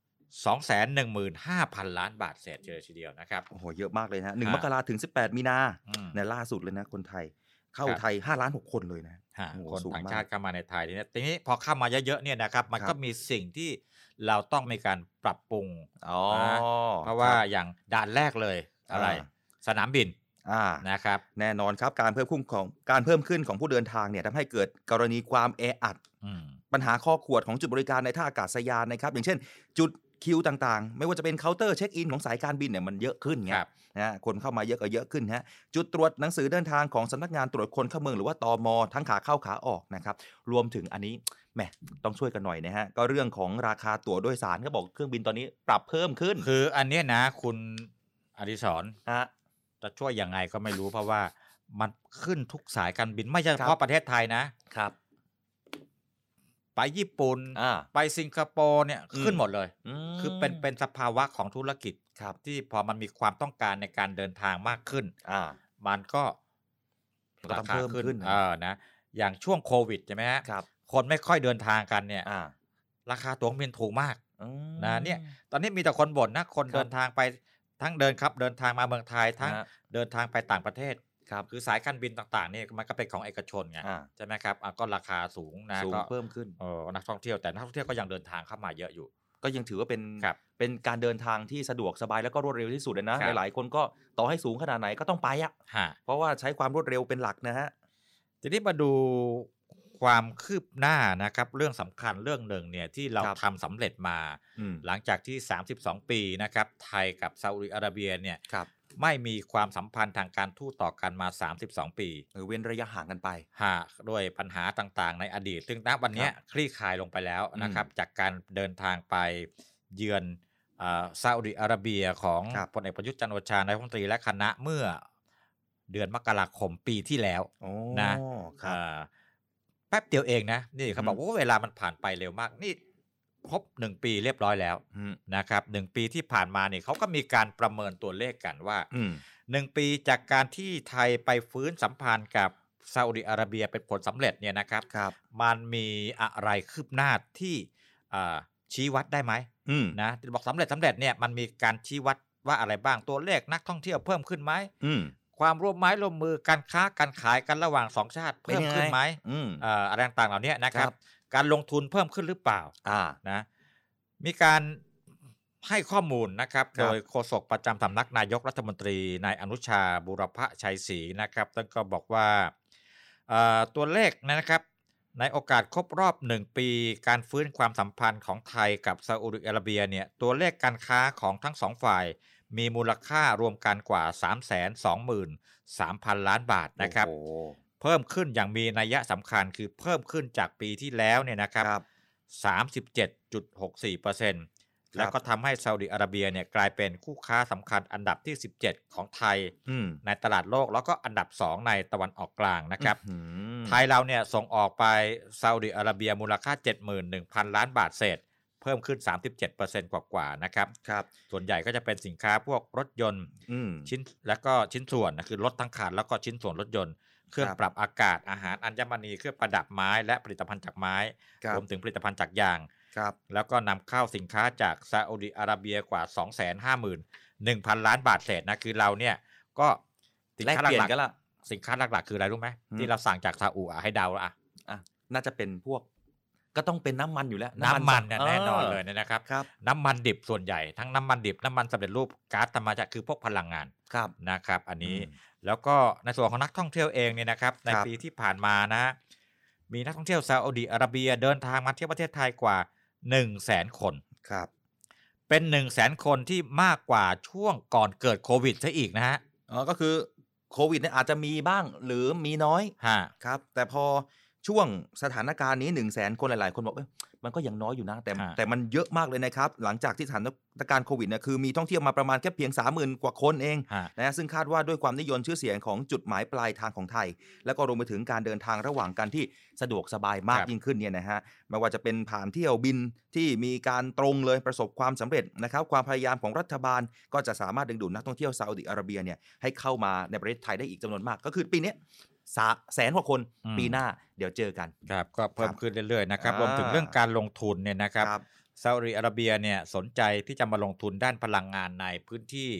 215,000 ล้านบาทเศษทีเดียวนะครับโอ้โหเยอะมากเลยนะ1มกราถึง18มีนาเนี่ยล่าสุดเลยนะคนไทยเข้าไทย5ล้าน6คนเลยนะคนต่างชาติเข้ามาในไทยทีนี้พอเข้ามาเยอะๆเนี่ยนะครับมันก็มีสิ่งที่เราต้องมีการปรับปรุงเพราะว่าอย่างด่านแรกเลยอะไรสนามบินนะครับแน่นอนครับการเพิ่มขึ้นของผู้เดินทางเนี่ยทำให้เกิดกรณีความแออัดปัญหาข้อขวดของจุดบริการในท่าอากาศยานนะครับอย่างเช่นจุดคิวต่างๆไม่ว่าจะเป็นเคาน์เตอร์เช็คอินของสายการบินเนี่ยมันเยอะขึ้นไงนะคนเข้ามาเยอะขึ้นฮะจุดตรวจหนังสือเดินทางของสำนักงานตรวจคนเข้าเมืองหรือว่าตม.ทั้งขาเข้าขาออกนะครับรวมถึงอันนี้แหมต้องช่วยกันหน่อยนะฮะก็เรื่องของราคาตั๋วโดยสารเขาบอกเครื่องบินตอนนี้ปรับเพิ่มขึ้นคืออันนี้นะคุณอดิศรจะช่วยยังไงก็ไม่รู้เพราะว่ามันขึ้นทุกสายการบินไม่ใช่เฉพาะประเทศไทยนะครับไปญี่ปุ่นไปสิงคโปร์เนี่ยขึ้นหมดเลยคือเป็นสภาวะของธุรกิจที่พอมันมีความต้องการในการเดินทางมากขึ้นมันก็ราคาขึ้นนะอย่างช่วงโควิดใช่ไหมฮะคนไม่ค่อยเดินทางกันเนี่ยราคาตั๋วเครื่องบินถูกมากนะเนี่ยตอนนี้มีแต่คนบ่นนะคนเดินทางไปทั้งเดินทางมาเมืองไทยทั้งเดินทางไปต่างประเทศคือสายการบินต่างๆนี่มันก็เป็นของเอกชนไงใช่ไหมครับก็ราคาสูงนะก็เพิ่มขึ้นนักท่องเที่ยวแต่นักท่องเที่ยวก็ยังเดินทางเข้ามาเยอะอยู่ก็ยังถือว่าเป็นการเดินทางที่สะดวกสบายแล้วก็รวดเร็วที่สุดเลยนะหลายๆคนก็ต่อให้สูงขนาดไหนก็ต้องไปเพราะว่าใช้ความรวดเร็วเป็นหลักนะฮะทีนี้มาดูความคืบหน้านะครับเรื่องสำคัญเรื่องหนึ่งเนี่ยที่เราทำสำเร็จมาหลังจากที่32ปีนะครับไทยกับซาอุดิอาระเบียเนี่ยไม่มีความสัมพันธ์ทางการทูตต่อกันมา32ปีเว้นระยะห่างกันไปด้วยปัญหาต่างๆในอดีตซึ่งณวันนี้คลี่คลายลงไปแล้วนะครับจากการเดินทางไปเยือนซาอุดิอาระเบียของพลเอกประยุทธ์จันทร์โอชานายกรัฐมนตรีและคณะเมื่อเดือนมกราคมปีที่แล้วนะแป๊บเดียวเองนะนี่เขาบอกว่าเวลามันผ่านไปเร็วมากนี่ครบ1ปีเรียบร้อยแล้วนะครับ1ปีที่ผ่านมาเนี่ยเขาก็มีการประเมินตัวเลขกันว่า1ปีจากการที่ไทยไปฟื้นสัมพันธ์กับซาอุดิอาระเบียเป็นผลสำเร็จเนี่ยนะครับมันมีอะไรคืบหน้าที่ชี้วัดได้ไหมนะบอกสำเร็จเนี่ยมันมีการชี้วัดว่าอะไรบ้างตัวเลขนักท่องเที่ยวเพิ่มขึ้นไหมความร่วมไม้ร่วมมือการค้าการขายกันระหว่าง2ชาติเพิ่มขึ้นไหมอะไรต่างๆเหล่านี้นะครับการลงทุนเพิ่มขึ้นหรือเปล่านะมีการให้ข้อมูลนะครับโดยโฆษกประจำสำนักนายกรัฐมนตรีนายอนุชาบุรพชัยศรีนะครับท่านก็บอกว่าตัวเลขนะครับในโอกาสครบรอบ1ปีการฟื้นความสัมพันธ์ของไทยกับซาอุดิอาระเบียเนี่ยตัวเลขการค้าของทั้ง2ฝ่ายมีมูลค่ารวมกันกว่า 323,000 ล้านบาทนะครับเพิ่มขึ้นอย่างมีนัยสำคัญคือเพิ่มขึ้นจากปีที่แล้วเนี่ยนะครับ 37.64% แล้วก็ทำให้ซาอุดิอาระเบียเนี่ยกลายเป็นคู่ค้าสำคัญอันดับที่17ของไทยในตลาดโลกแล้วก็อันดับ2ในตะวันออกกลางนะครับไทยเราเนี่ยส่งออกไปซาอุดิอาระเบียมูลค่า 71,000 ล้านบาทเศษเพิ่มขึ้น 37% กว่าๆนะครับส่วนใหญ่ก็จะเป็นสินค้าพวกรถยนต์ชิ้นแล้วก็ชิ้นส่วนนะคือรถทั้งคันแล้วก็ชิ้นส่วนรถยนต์เครื่องปรับอากาศอาหารอัญมณีเครื่องประดับไม้และผลิตภัณฑ์จากไม้รวมถึงผลิตภัณฑ์จากยางแล้วก็นำเข้าสินค้าจากซาอุดิอาระเบียกว่า 251,000 ล้านบาทเศษนะคือเราเนี่ยก็สินค้าหลักๆสินค้าหลักๆคืออะไรรู้ไหมที่เราสั่งจากซาอุให้เดาน่าจะเป็นพวกก็ต้องเป็นน้ำมันอยู่แล้วน้ำมันแน่นอนเลยนะครับน้ำมันดิบส่วนใหญ่ทั้งน้ำมันดิบน้ำมันสำเร็จรูปก๊าซธรรมชาติคือพวกพลังงานนะครับอันนี้แล้วก็ในส่วนของนักท่องเที่ยวเองเนี่ยนะครับในปีที่ผ่านมานะมีนักท่องเที่ยวซาอุดิอาระเบียเดินทางมาเที่ยวประเทศไทยกว่า 100,000 คนเป็น 100,000 คนที่มากกว่าช่วงก่อนเกิดโควิดซะอีกนะฮะก็คือโควิดเนี่ยอาจจะมีบ้างหรือมีน้อยครับแต่พอช่วงสถานการณ์นี้ 100,000 คนหลายๆคนบอกมันก็ยังน้อยอยู่นะแต่มันเยอะมากเลยนะครับหลังจากที่สถานการณ์โควิดเนี่ยคือมีท่องเที่ยวมาประมาณแค่เพียง 30,000 กว่าคนเองนะซึ่งคาดว่าด้วยความนิยมชื่อเสียงของจุดหมายปลายทางของไทยแล้วก็รวมไปถึงการเดินทางระหว่างกันที่สะดวกสบายมากยิ่งขึ้นเนี่ยนะฮะไม่ว่าจะเป็นผ่านเที่ยวบินที่มีการตรงเลยประสบความสำเร็จนะครับความพยายามของรัฐบาลก็จะสามารถดึงดูดนักท่องเที่ยวซาอุดิอาระเบียเนี่ยให้เข้ามาในประเทศไทยได้อีกจำนวนมากก็คือปีนี้100,000 กว่าคนปีหน้าเดี๋ยวเจอกันครับก็เพิ่มขึ้นเรื่อยๆนะครับรวมถึงเรื่องการลงทุนเนี่ยนะครับซาอุดิอาระเบียเนี่ยสนใจที่จะมาลงทุนด้านพลังงานในพื้นที่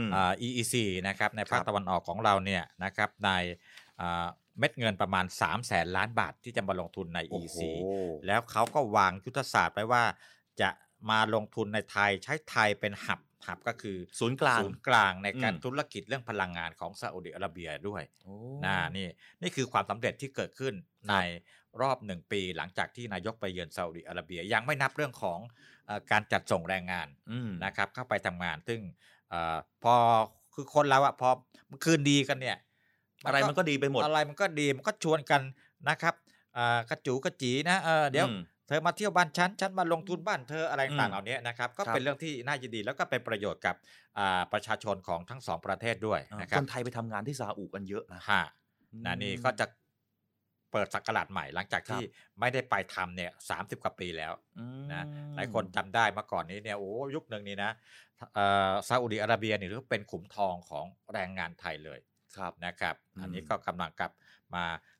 EEC นะครับในภาคตะวันออกของเราเนี่ยนะครับในเม็ดเงินประมาณ 300,000 ล้านบาทที่จะมาลงทุนใน EEC แล้วเขาก็วางยุทธศาสตร์ไว้ว่าจะมาลงทุนในไทยใช้ไทยเป็นหับก็คือศูนย์กลางในการธุรกิจเรื่องพลังงานของซาอุดิอาระเบียด้วยนี่คือความสำเร็จที่เกิดขึ้นในรอบ1ปีหลังจากที่นายกไปเยือนซาอุดิอาระเบียยังไม่นับเรื่องของการจัดส่งแรงงานนะครับเข้าไปทำงานซึ่งพอคือคนเราพอคืนดีกันเนี่ยอะไรมันก็ดีไปหมดอะไรมันก็ดีมันก็ชวนกันนะครับกระจูกระจีนะเดี๋ยวเธอมาเที่ยวบ้านฉันมาลงทุนบ้านเธออะไรต่างๆเหล่านี้นะครับก็เป็นเรื่องที่น่ายินดีแล้วก็เป็นประโยชน์กับประชาชนของทั้ง2ประเทศด้วยนะครับคนไทยไปทำงานที่ซาอุกันเยอะนะนี่ก็จะเปิดศักราชใหม่หลังจากที่ไม่ได้ไปทำเนี่ย30 กว่าปีแล้วนะหลายคนจำได้เมื่อก่อนนี้เนี่ยยุคนึงนี่นะซาอุดิอาระเบียนี่ถือเป็นขุมทองของแรงงานไทยเลยนะครับอันนี้ก็กำลังกลับมา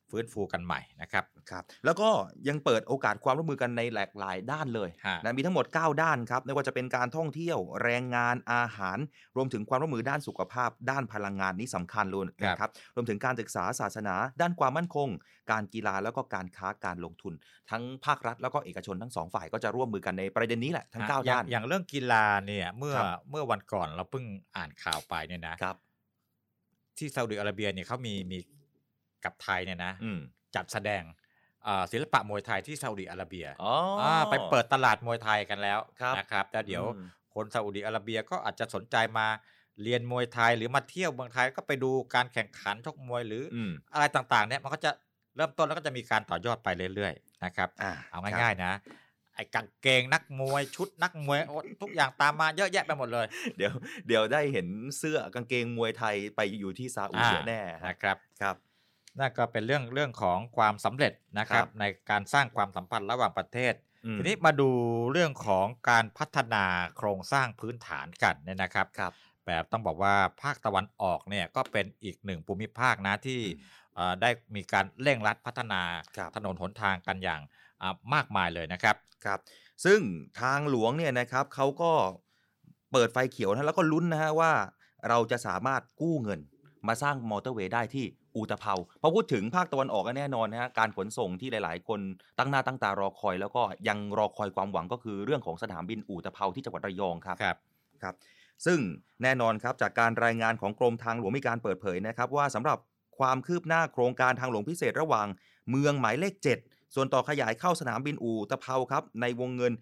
ฟื้นฟูกันใหม่นะครับครับแล้วก็ยังเปิดโอกาสความร่วมมือกันในหลากหลายด้านเลยนะมีทั้งหมด9ด้านครับไม่ว่าจะเป็นการท่องเที่ยวแรงงานอาหารรวมถึงความร่วมมือด้านสุขภาพด้านพลังงานนี่สำคัญเลยนะครับรวมถึงการศึกษาศาสนาด้านความมั่นคงการกีฬาแล้วก็การค้าการลงทุนทั้งภาครัฐแล้วก็เอกชนทั้ง2ฝ่ายก็จะร่วมมือกันในประเด็นนี้แหละทั้ง9ด้านอย่างเรื่องกีฬาเนี่ยเมื่อวันก่อนเราเพิ่งอ่านข่าวไปเนี่ยนะครับที่ซาอุดิอาระเบียเนี่ยเขามีกับไทยเนี่ยนะจัดแสดงศิลปะมวยไทยที่ซาอุดิอาระเบียไปเปิดตลาดมวยไทยกันแล้วนะครับแล้วเดี๋ยวคนซาอุดิอาระเบียก็อาจจะสนใจมาเรียนมวยไทยหรือมาเที่ยวเมืองไทยก็ไปดูการแข่งขันชกมวยหรืออะไรต่างๆเนี่ยมันก็จะเริ่มต้นแล้วก็จะมีการต่อยอดไปเรื่อยๆนะครับเอาง่ายๆนะไอ้กางเกงนักมวยชุดนักมวยทุกอย่างตามมาเยอะแยะไปหมดเลยเดี๋ยวได้เห็นเสื้อกางเกงมวยไทยไปอยู่ที่ซาอุแน่นะครับนั่นก็เป็นเรื่องของความสำเร็จนะครับในการสร้างความสัมพันธ์ระหว่างประเทศทีนี้มาดูเรื่องของการพัฒนาโครงสร้างพื้นฐานกันเนี่ยนะครับแบบต้องบอกว่าภาคตะวันออกเนี่ยก็เป็นอีกหนึ่งภูมิภาคนะที่ได้มีการเร่งรัดพัฒนาถนนหนทางกันอย่างมากมายเลยนะครับซึ่งทางหลวงเนี่ยนะครับเขาก็เปิดไฟเขียวนะแล้วก็ลุ้นนะฮะว่าเราจะสามารถกู้เงินมาสร้างมอเตอร์เวย์ได้ที่อุตภเปาพอพูดถึงภาคตะวันออกก็แน่นอนนะฮะการขนส่งที่หลายๆคนตั้งหน้าตั้งตารอคอยแล้วก็ยังรอคอยความหวังก็คือเรื่องของสนามบินอุตภเปาที่จังหวัดระยองครับซึ่งแน่นอนครับจากการรายงานของกรมทางหลวงมีการเปิดเผยนะครับว่าสำหรับความคืบหน้าโครงการทางหลวงพิเศษระหว่างเมืองหมายเลข7ส่วนต่อขยายเข้าสนามบินอุตภเปาครับในวงเงิน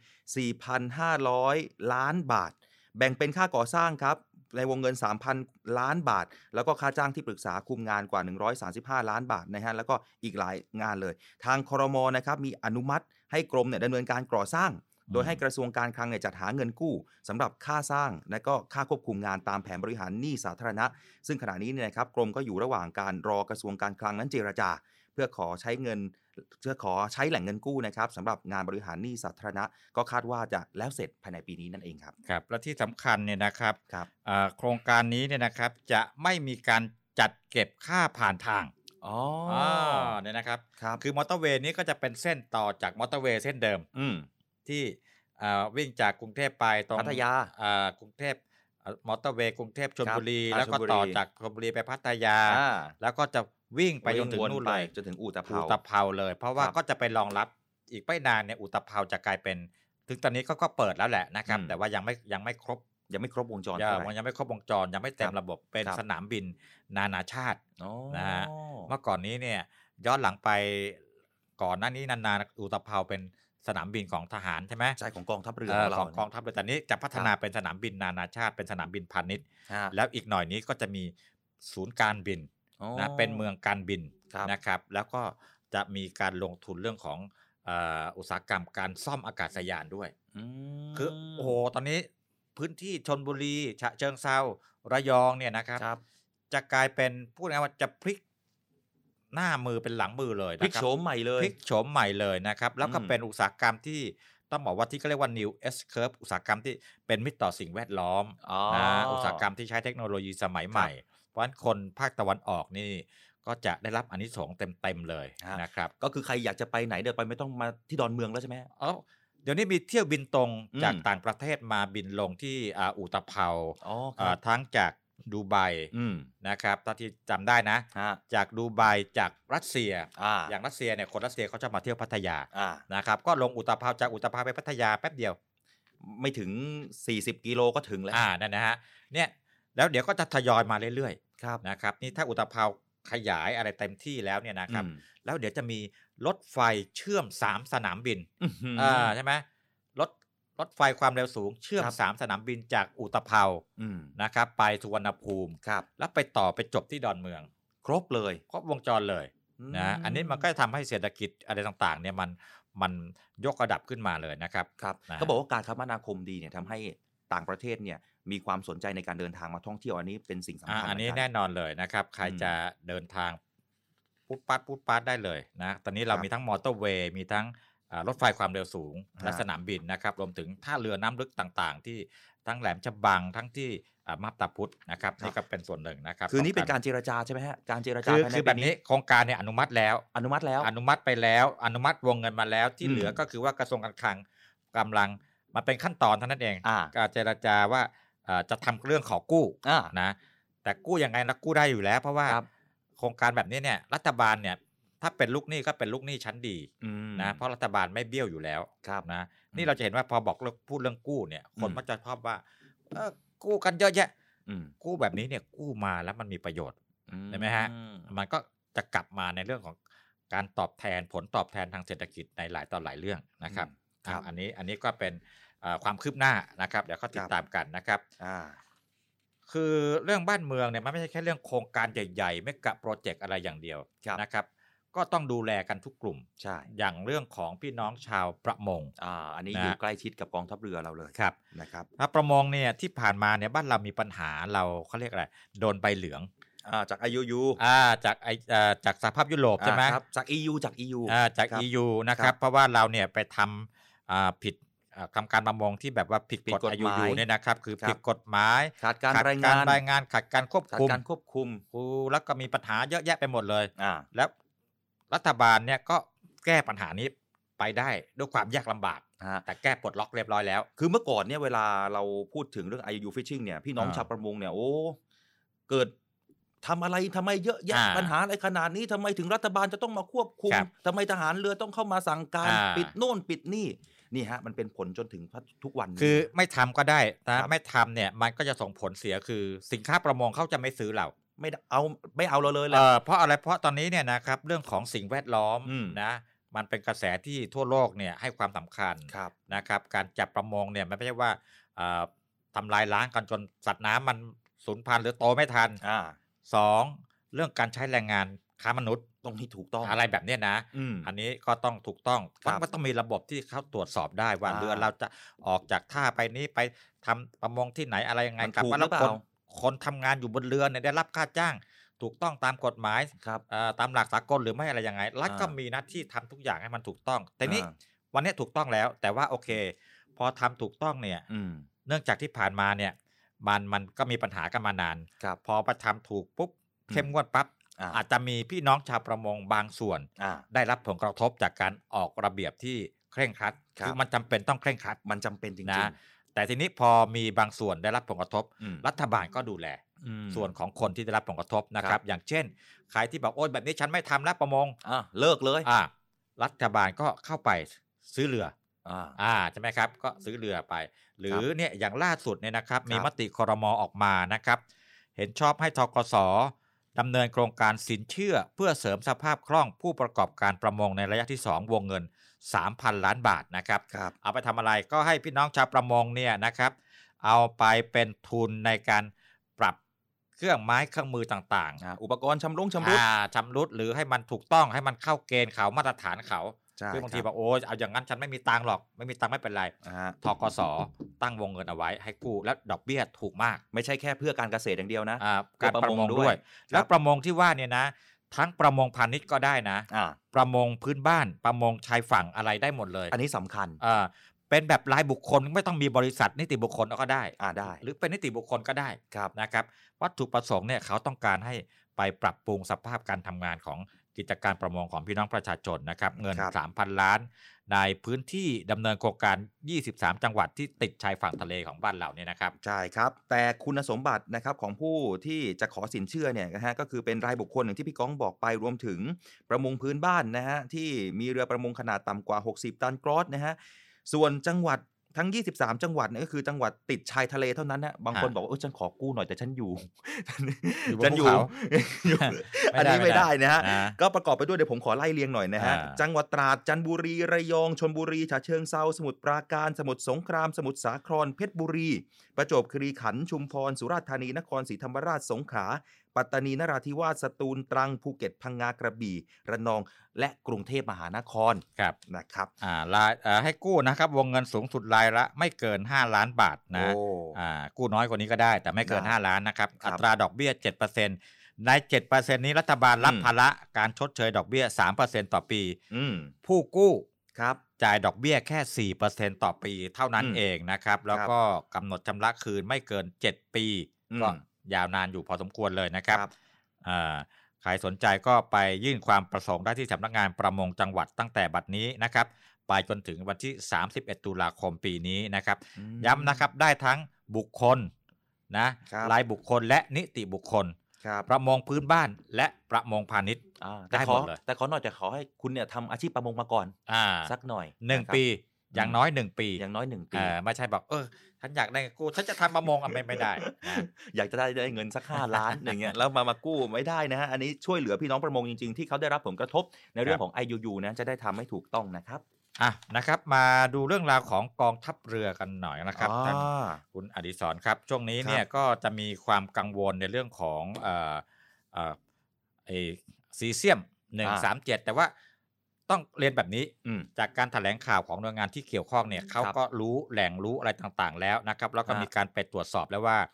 4,500 ล้านบาทแบ่งเป็นค่าก่อสร้างครับในวงเงิน 3,000 ล้านบาทแล้วก็ค่าจ้างที่ปรึกษาคุมงานกว่า135ล้านบาทนะฮะแล้วก็อีกหลายงานเลยทางครม.นะครับมีอนุมัติให้กรมเนี่ยดำเนินการก่อสร้างโดยให้กระทรวงการคลังเนี่ยจัดหาเงินกู้สำหรับค่าสร้างและก็ค่าควบคุมงานตามแผนบริหารหนี้สาธารณะซึ่งขณะนี้เนี่ยนะครับกรมก็อยู่ระหว่างการรอกระทรวงการคลังนั้นเจรจาเพื่อขอใช้แหล่งเงินกู้นะครับสำหรับงานบริหารหนี้สาธารณะก็คาดว่าจะแล้วเสร็จภายในปีนี้นั่นเองครับและที่สำคัญเนี่ยนะครับโครงการนี้เนี่ยนะครับจะไม่มีการจัดเก็บค่าผ่านทางเนี่ยนะครับคือมอเตอร์เวย์นี้ก็จะเป็นเส้นต่อจากมอเตอร์เวย์เส้นเดิมที่วิ่งจากกรุงเทพไปตรงพัทยากรุงเทพมอเตอร์เวย์กรุงเทพชลบุรีแล้วก็ต่อจากชลบุรีไปพัทยาแล้วก็จะวิ่งไปจนถึงนู่นเลยจนถึงอุตภเปาเลยเพราะว่าก็จะไปรองรับอีกไม่นานเนี่ยอุตภเปาจะกลายเป็นถึงตอนนี้ก็เปิดแล้วแหละนะครับแต่ว่ายังไม่ครบยังไม่ครบวงจรยังไม่ครบวงจรยังไม่เต็มระบบเป็นสนามบินนานาชาตินะฮะเมื่อก่อนนี้เนี่ยย้อนหลังไปก่อนหน้านี้นานๆอุตภเปาเป็นสนามบินของทหารใช่ไหมใช่ของกองทัพเรือของกองทัพเรือแต่นี้จะพัฒนาเป็นสนามบินนานาชาติเป็นสนามบินพาณิชย์แล้วอีกหน่อยนี้ก็จะมีศูนย์การบินนะเป็นเมืองการบินนะครับแล้วก็จะมีการลงทุนเรื่องของอุตสาหกรรมการซ่อมอากาศยานด้วยคือโอ้โหตอนนี้พื้นที่ชลบุรีฉะเชิงเทราระยองเนี่ยนะครับจะกลายเป็นพูดง่ายว่าจะพลิกหน้ามือเป็นหลังมือเลยพลิกโฉมใหม่เลยนะครับแล้วก็เป็นอุตสาหกรรมที่ต้องบอกว่าที่เขาเรียกว่า New S Curve อุตสาหกรรมที่เป็นมิตรต่อสิ่งแวดล้อมนะอุตสาหกรรมที่ใช้เทคโนโลยีสมัยใหม่เพราะฉะนั้นคนภาคตะวันออกนี่ก็จะได้รับอานิสงส์เต็มเลยนะครับก็คือใครอยากจะไปไหนเดินไปไม่ต้องมาที่ดอนเมืองแล้วใช่ไหมเดี๋ยวนี้มีเที่ยวบินตรงจากต่างประเทศมาบินลงที่อุตภเปาทั้งจากดูไบนะครับถ้าที่จำได้นะจากดูไบจากรัสเซียอย่างรัสเซียเนี่ยคนรัสเซียเขาชอบมาเที่ยวพัทยานะครับก็ลงอุตภเปาจากอุตภเปาไปพัทยาแป๊บเดียวไม่ถึง40กิโลก็ถึงแล้วนั่นนะฮะเนี่ยแล้วเดี๋ยวก็จะทยอยมาเรื่อยๆนะครับนี่ถ้าอุตภเปาขยายอะไรเต็มที่แล้วเนี่ยนะครับแล้วเดี๋ยวจะมีรถไฟเชื่อม3สนามบินใช่ไหมรถไฟความเร็วสูงเชื่อม3สนามบินจากอุตภเปานะครับไปสุวรรณภูมิแล้วไปต่อไปจบที่ดอนเมืองครบวงจรเลยนะอันนี้มันก็ทำให้เศรษฐกิจอะไรต่างๆเนี่ยมันยกระดับขึ้นมาเลยนะครับเขาบอกว่าการคมนาคมดีเนี่ยทำให้ต่างประเทศเนี่ยมีความสนใจในการเดินทางมาท่องเที่ยวอันนี้เป็นสิ่งสำคัญอันนี้แน่นอนเลยนะครับใครจะเดินทางปุ๊บปั๊ดได้เลยนะตอนนี้เรามีทั้งมอเตอร์เวย์มีทั้งรถไฟความเร็วสูงและสนามบินนะครับรวมถึงท่าเรือน้ำลึกต่างๆที่ทั้งแหลมฉบังทั้งที่มาบตาพุธนะครับนี่ก็เป็นส่วนหนึ่งนะครับคือนี่เป็นการเจรจาใช่ไหมฮะการเจรจาคือแบบนี้โครงการเนี่ยอนุมัติไปแล้วอนุมัติวงเงินมาแล้วที่เหลือก็คือว่ากระทรวงการคลังกำลังมาเป็นขั้นตอนเท่านั้นเองการเจรจาว่าจะทำเรื่องขอกู้นะแต่กู้ยังไงนะกู้ได้อยู่แล้วเพราะว่าโครงการแบบนี้เนี่ยรัฐบาลเนี่ยถ้าเป็นลูกหนี้ก็เป็นลูกหนี้ชั้นดีนะเพราะรัฐบาลไม่เบี้ยวอยู่แล้วนะนี่เราจะเห็นว่าพอบอกพูดเรื่องกู้เนี่ยคนมักจะชอบว่ากู้กันเยอะแยะกู้แบบนี้เนี่ยกู้มาแล้วมันมีประโยชน์ใช่ไหมฮะมันก็จะกลับมาในเรื่องของการตอบแทนผลตอบแทนทางเศรษฐกิจในหลายต่อหลายเรื่องนะครับอันนี้ก็เป็นความคืบหน้านะครับเดี๋ยวเขาติดตามกันนะครับคือเรื่องบ้านเมืองเนี่ยมันไม่ใช่แค่เรื่องโครงการใหญ่ๆไม่กะโปรเจกต์อะไรอย่างเดียวนะครับก็ต้องดูแลกันทุกกลุ่มใช่อย่างเรื่องของพี่น้องชาวประมงอันนี้อยู่ใกล้ชิดกับกองทัพเรือเราเลยครับนะครับประมงเนี่ยที่ผ่านมาเนี่ยบ้านเรามีปัญหาเราเขาเรียกอะไรโดนใบเหลืองจากIUU จากสหภาพยุโรปใช่ไหมจาก EU จาก EU นะครับเพราะว่าเราเนี่ยไปทำผิดทำการประมงที่แบบว่าผิดกฎ IUU เนี่ยนะครับคือผิดกฎหมายขาดการรายงานขาดการควบคุมแล้วก็มีปัญหาเยอะแยะไปหมดเลยแล้วรัฐบาลเนี่ยก็แก้ปัญหานี้ไปได้ด้วยความยากลำบากแต่แก้ปลดล็อกเรียบร้อยแล้วคือเมื่อก่อนเนี่ยเวลาเราพูดถึงเรื่อง IUU Fishing เนี่ยพี่น้องชาวประมงเนี่ยโอ้เกิดทำอะไรทำไมเยอะแยะปัญหาอะไรขนาดนี้ทำไมถึงรัฐบาลจะต้องมาควบคุมทำไมทหารเรือต้องเข้ามาสั่งการปิดโน่นปิดนี่ฮะมันเป็นผลจนถึงทุกวันคือไม่ทำก็ได้แต่ไม่ทำเนี่ยมันก็จะส่งผลเสียคือสินค้าประมงเขาจะไม่ซื้อเราไม่เอาเราเลยเพราะอะไรเพราะตอนนี้เนี่ยนะครับเรื่องของสิ่งแวดล้อมนะมันเป็นกระแสที่ทั่วโลกเนี่ยให้ความสำคัญนะครับการจับประมงเนี่ยมันไม่ใช่ว่าทำลายล้างกันจนสัตว์น้ำมันสูญพันธุ์หรือโตไม่ทัน2เรื่องการใช้แรงงานค้ามนุษย์ตรงที่ถูกต้องอะไรแบบนี้นะอันนี้ก็ต้องถูกต้องมันต้องมีระบบที่เขาตรวจสอบได้ว่าเรือเราจะออกจากท่าไปนี้ไปทำประมงที่ไหนอะไรยังไงกลับมาแล้วคนทำงานอยู่บนเรือเนี่ยได้รับค่าจ้างถูกต้องตามกฎหมายตามหลักสากลหรือไม่อะไรยังไงรัฐก็มีหน้าที่ทำทุกอย่างให้มันถูกต้องแต่นี้วันนี้ถูกต้องแล้วแต่ว่าโอเคพอทำถูกต้องเนี่ยเนื่องจากที่ผ่านมาเนี่ยมันก็มีปัญหากันมานานพอประทำถูกปุ๊บเข้มงวดปั๊บอาจจะมีพี่น้องชาวประมงบางส่วนได้รับผลกระทบจากการออกระเบียบที่เคร่งครัดคือมันจำเป็นต้องเคร่งครัดมันจำเป็นจริงๆนะแต่ทีนี้พอมีบางส่วนได้รับผลกระทบรัฐบาลก็ดูแลส่วนของคนที่ได้รับผลกระทบนะครับอย่างเช่นใครที่บอกโอ๊ยแบบนี้ฉันไม่ทำแล้วประมงเลิกเลยรัฐบาลก็เข้าไปซื้อเรือใช่ไหมครับก็ซื้อเรือไปหรือเนี่ยอย่างล่าสุดเนี่ยนะครับมีมติครม.ออกมานะครับเห็นชอบให้ธกส.ดำเนินโครงการสินเชื่อเพื่อเสริมสภาพคล่องผู้ประกอบการประมงในระยะที่2วงเงิน 3,000 ล้านบาทนะครับเอาไปทำอะไรก็ให้พี่น้องชาวประมงเนี่ยนะครับเอาไปเป็นทุนในการปรับเครื่องไม้เครื่องมือต่างๆอุปกรณ์ชำรุดหรือให้มันถูกต้องให้มันเข้าเกณฑ์เขามาตรฐานเขาคือบางทีบอกโอ้เอาอย่างนั้นฉันไม่มีตังค์หรอกไม่มีตังค์ไม่เป็นไรธกส.ตั้งวงเงินเอาไว้ให้กู้และดอกเบี้ยถูกมากไม่ใช่แค่เพื่อการเกษตรอย่างเดียวนะการประมงด้วยแล้วประมงที่ว่าเนี่ยนะทั้งประมงพาณิชย์ก็ได้นะประมงพื้นบ้านประมงชายฝั่งอะไรได้หมดเลยอันนี้สำคัญเป็นแบบรายบุคคลไม่ต้องมีบริษัทนิติบุคคลก็ได้ได้หรือเป็นนิติบุคคลก็ได้นะครับวัตถุประสงค์เนี่ยเขาต้องการให้ไปปรับปรุงสภาพการทำงานของกิจการประมงของพี่น้องประชาชนนะครับเงิน 3,000 ล้านในพื้นที่ดำเนินโครงการ23จังหวัดที่ติดชายฝั่งทะเลของบ้านเราเนี่ยนะครับใช่ครับแต่คุณสมบัตินะครับของผู้ที่จะขอสินเชื่อเนี่ยนะฮะก็คือเป็นรายบุคคลอย่างที่พี่ก้องบอกไปรวมถึงประมงพื้นบ้านนะฮะที่มีเรือประมงขนาดต่ำกว่า60ตันกรอสนะฮะส่วนจังหวัดทั้ง23จังหวัดเนี่ยก็คือจังหวัดติดชายทะเลเท่านั้นนะบางคนบอกว่าฉันขอกู้หน่อยแต่ฉันอยู่อันนี้ไม่ได้นะฮะก็ประกอบไปด้วยเดี๋ยวผมขอไล่เรียงหน่อยนะฮะจังหวัดตราดจันทบุรีระยองชลบุรีฉะเชิงเทราสมุทรปราการสมุทรสงครามสมุทรสาครเพชรบุรีประจวบคีรีขันธ์ชุมพรสุราษฎร์ธานีนครศรีธรรมราชสงขลาปัตตานีนราธิวาสสตูลตรังภูเก็ตพังงากระบี่ระนองและกรุงเทพมหานครนะครับให้กู้นะครับวงเงินสูงสุดรายละไม่เกิน5ล้านบาทนะกู้น้อยกว่านี้ก็ได้แต่ไม่เกิน5ล้านนะครับอัตราดอกเบี้ย 7% ใน 7% นี้รัฐบาลรับภาระการชดเชยดอกเบี้ย 3% ต่อปีผู้กู้จ่ายดอกเบี้ยแค่ 4% ต่อปีเท่านั้นเองนะครับแล้วก็กำหนดชำระคืนไม่เกิน7ปีก็ยาวนานอยู่พอสมควรเลยนะครับใครสนใจก็ไปยื่นความประสงค์ได้ที่สำนักงานประมงจังหวัดตั้งแต่บัดนี้นะครับไปจนถึงวันที่31ตุลาคมปีนี้นะครับย้ำนะครับได้ทั้งบุคคลนะรายบุคคลและนิติบุคคลประมงพื้นบ้านและประมงพาณิชย์ได้หมดเลยแต่ขอหน่อยจะขอให้คุณเนี่ยทำอาชีพประมงมาก่อนสักหน่อย 1 ปีอย่างน้อย1 ปีอย่างน้อย1 ปีไม่ใช่บอกฉันอยากได้กู้ฉันจะทำประมงไม่ได้อยากจะได้เงินสัก5 ล้านอย่างเงี้ยแล้วมากู้ไม่ได้นะฮะอันนี้ช่วยเหลือพี่น้องประมงจริงๆที่เขาได้รับผลกระทบในเรื่องของ IUU นะจะได้ทำให้ถูกต้องนะครับนะครับมาดูเรื่องราวของกองทัพเรือกันหน่อยนะครับท่านคุณอดิศรครับช่วงนี้เนี่ยก็จะมีความกังวลในเรื่องของซีเซียม137แต่ว่าต้องเรียนแบบนี้จากการแถลงข่าวของหน่วยงานที่เกี่ยวข้องเนี่ยเขาก็รู้แหล่งรู้อะไรต่างๆแล้วนะครับแล้วก็มีการไปตรวจสอบแล้วว่า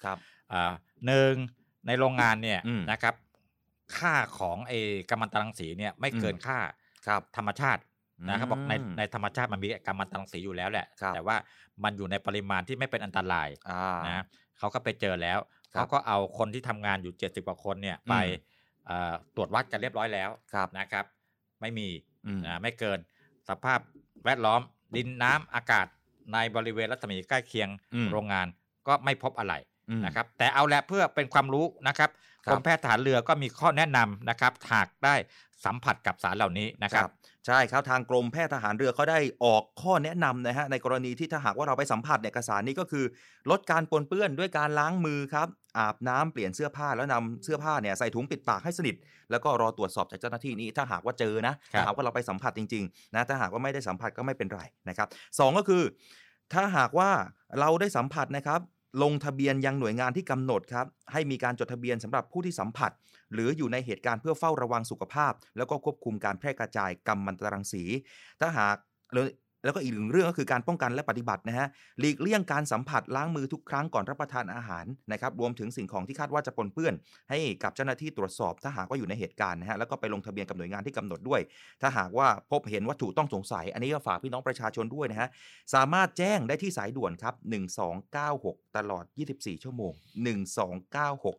1ในโรงงานเนี่ยนะครับค่าของกัมมันตรังสีเนี่ยไม่เกินค่าธรรมชาตินะครับบอกในธรรมชาติมันมีกัมมันตรังสีอยู่แล้วแหละแต่ว่ามันอยู่ในปริมาณที่ไม่เป็นอันตรายนะเขาก็ไปเจอแล้วเขาก็เอาคนที่ทำงานอยู่70 กว่าคนเนี่ยไปตรวจวัดกันเรียบร้อยแล้วนะครับไม่มีไม่เกินสภาพแวดล้อมดินน้ำอากาศในบริเวณรัศมีใกล้เคียงโรงงานก็ไม่พบอะไรนะครับแต่เอาละเพื่อเป็นความรู้นะครับกรมแพทย์ทหารเรือก็มีข้อแนะนำนะครับหากได้สัมผัสกับสารเหล่านี้นะครับใช่ครับทางกรมแพทย์ทหารเรือเขาได้ออกข้อแนะนำนะฮะในกรณีที่ถ้าหากว่าเราไปสัมผัสเนี่ยสารนี้ก็คือลดการปนเปื้อนด้วยการล้างมือครับอาบน้ำเปลี่ยนเสื้อผ้าแล้วนำเสื้อผ้าเนี่ยใส่ถุงปิดปากให้สนิทแล้วก็รอตรวจสอบจากเจ้าหน้าที่นี้ถ้าหากว่าเจอนะถ้าหากว่าเราไปสัมผัสจริงๆนะถ้าหากว่าไม่ได้สัมผัสก็ไม่เป็นไรนะครับ2ก็คือถ้าหากว่าเราได้สัมผัสนะครับลงทะเบียนยังหน่วยงานที่กำหนดครับให้มีการจดทะเบียนสำหรับผู้ที่สัมผัสหรืออยู่ในเหตุการณ์เพื่อเฝ้าระวังสุขภาพแล้วก็ควบคุมการแพร่กระจายกัมมันตรังสีถ้าหากแล้วก็อีกหนึ่งเรื่องก็คือการป้องกันและปฏิบัตินะฮะหลีกเลี่ยงการสัมผัสล้างมือทุกครั้งก่อนรับประทานอาหารนะครับรวมถึงสิ่งของที่คาดว่าจะปนเปื้อนให้กับเจ้าหน้าที่ตรวจสอบถ้าหากว่าอยู่ในเหตุการณ์นะฮะแล้วก็ไปลงทะเบียนกับหน่วยงานที่กำหนดด้วยถ้าหากว่าพบเห็นวัตถุต้องสงสัยอันนี้ก็ฝากพี่น้องประชาชนด้วยนะฮะสามารถแจ้งได้ที่สายด่วนครับ1296ตลอด24ชั่วโมง1296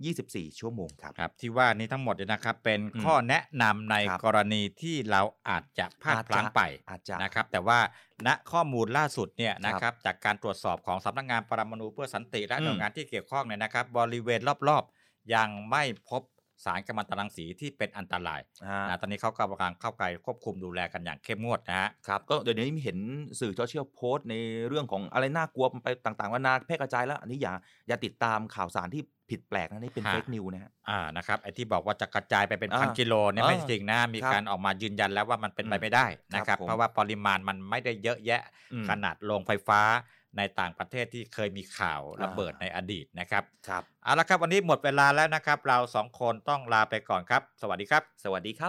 24ชั่วโมงครับที่ว่านี้ทั้งหมดเนี่ยนะครับเป็นข้อแนะนำในกรณีที่เราอาจจะพลาดพลั้งไปนะครับแต่ว่าณข้อมูลล่าสุดเนี่ยนะครับจากการตรวจสอบของสำนักงานปรมาณูเพื่อสันติและหน่วยงานที่เกี่ยวข้องเนี่ยนะครับบริเวณรอบๆยังไม่พบสารกัมมันตรังสีที่เป็นอันตรายตอนนี้เขากำลังเข้าไปควบคุมดูแลกันอย่างเข้มงวดนะฮะครับก็เดี๋ยวนี้เห็นสื่อโซเชียลโพสต์ในเรื่องของอะไรน่ากลัวไปต่างๆนานาแพร่กระจายแล้วอันนี้อย่าติดตามข่าวสารที่ผิดแปลกนะนี่เป็นเฟคนิวนะฮะนะครับไอ้ที่บอกว่าจะกระจายไปเป็นพันกิโลเนี่ยไม่จริงนะมีการออกมายืนยันแล้วว่ามันเป็นไปไม่ได้นะครับเพราะว่าปริมาณมันไม่ได้เยอะแยะขนาดโรงไฟฟ้าในต่างประเทศที่เคยมีข่าวระเบิดในอดีตนะครับเอาละครับวันนี้หมดเวลาแล้วนะครับเรา2คนต้องลาไปก่อนครับสวัสดีครับสวัสดีครับ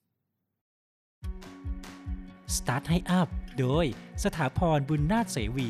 Start ให้อัพโดยสถาพรบุญนาถเสวี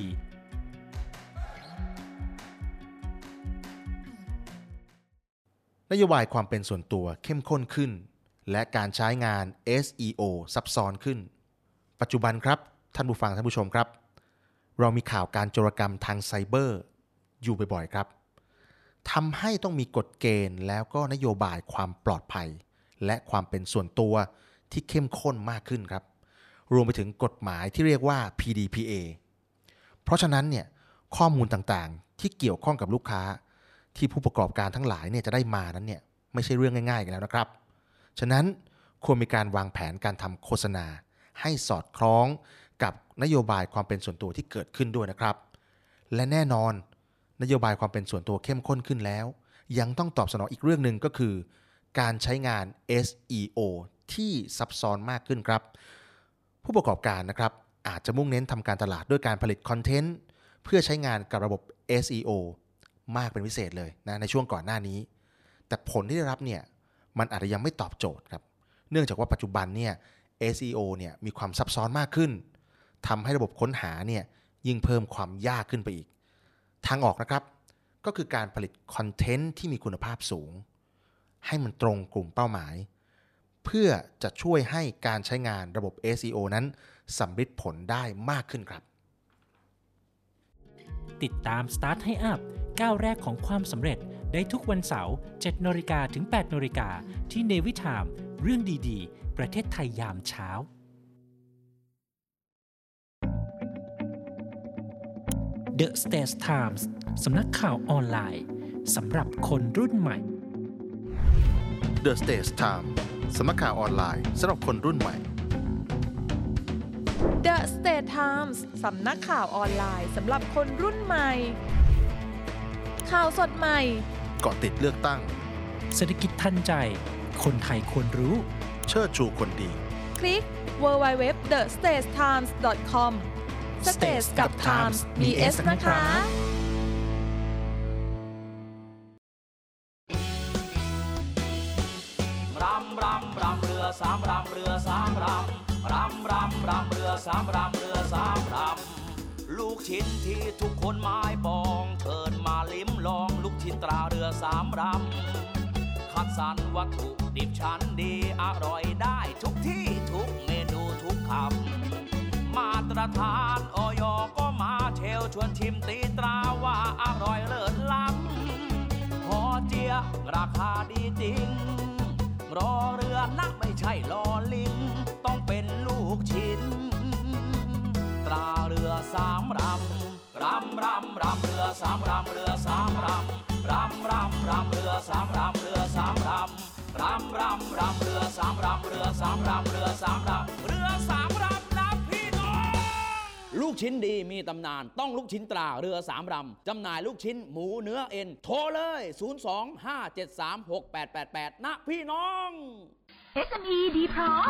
นโยบายความเป็นส่วนตัวเข้มข้นขึ้นและการใช้งาน SEO ซับซ้อนขึ้นปัจจุบันครับท่านผู้ฟังท่านผู้ชมครับเรามีข่าวการโจรกรรมทางไซเบอร์อยู่บ่อยๆครับทำให้ต้องมีกฎเกณฑ์แล้วก็นโยบายความปลอดภัยและความเป็นส่วนตัวที่เข้มข้นมากขึ้นครับรวมไปถึงกฎหมายที่เรียกว่า PDPA เพราะฉะนั้นเนี่ยข้อมูลต่างๆที่เกี่ยวข้องกับลูกค้าที่ผู้ประกอบการทั้งหลายเนี่ยจะได้มานั้นเนี่ยไม่ใช่เรื่องง่ายๆกันแล้วนะครับฉะนั้นควรมีการวางแผนการทำโฆษณาให้สอดคล้องกับนโยบายความเป็นส่วนตัวที่เกิดขึ้นด้วยนะครับและแน่นอนนโยบายความเป็นส่วนตัวเข้มข้นขึ้นแล้วยังต้องตอบสนองอีกเรื่องหนึ่งก็คือการใช้งาน SEO ที่ซับซ้อนมากขึ้นครับผู้ประกอบการนะครับอาจจะมุ่งเน้นทำการตลาดด้วยการผลิตคอนเทนต์เพื่อใช้งานกับระบบ SEO มากเป็นพิเศษเลยนะในช่วงก่อนหน้านี้แต่ผลที่ได้รับเนี่ยมันอาจจะยังไม่ตอบโจทย์ครับเนื่องจากว่าปัจจุบันเนี่ย SEO เนี่ยมีความซับซ้อนมากขึ้นทำให้ระบบค้นหาเนี่ยยิ่งเพิ่มความยากขึ้นไปอีกทางออกนะครับก็คือการผลิตคอนเทนต์ที่มีคุณภาพสูงให้มันตรงกลุ่มเป้าหมายเพื่อจะช่วยให้การใช้งานระบบ SEO นั้นสำเร็จผลได้มากขึ้นครับติดตาม Start ให้อัพก้าวแรกของความสำเร็จได้ทุกวันเสาร์ 7:00 น. ถึง 8:00 น. ที่เนวิทามเรื่องดีๆประเทศไทยยามเช้า The States Times สำนักข่าวออนไลน์สำหรับคนรุ่นใหม่ The States Times สำนักข่าวออนไลน์สำหรับคนรุ่นใหม่ The States Times สำนักข่าวออนไลน์สำหรับคนรุ่นใหม่ข่าวสดใหม่เกาะติดเลือกตั้งเศรษฐกิจทันใจคนไทยควรรู้เชิดชูคนดีคลิก www.thestatestimes.com States กับ Times มี S นะคะรำเรือสามรำเรือสามรำรำเรือสามรำเรือสามรำลูกชิ้นที่ทุกคนหมายปองเชิญมาลิ้มลองลูกชิ้นตราเรือสามรำคัดสรรวัตถุดิบชั้นดีอร่อยได้ทุกที่ทุกเมนูทุกคำมาตรฐานอย.ก็มาเชลชวนชิมตีตราว่าอร่อยเลิศล้ำพอเจียราคาดีจริงรอเรือนะไม่ใช่รอลิงต้องเป็นลูกชิ้นตราเรือสามรำรำเรือสามรำเรือสามรำรำเรือสามรำเรือสามรำรำเรือสามรำเรือสามรำเรือสามรำเรือสามรำนะพี่น้องลูกชิ้นดีมีตำนานต้องลูกชิ้นตราเรือสามรำจำหน่ายลูกชิ้นหมูเนื้อเอ็นโทรเลย025736888นะพี่น้อง SME ดีพร้อม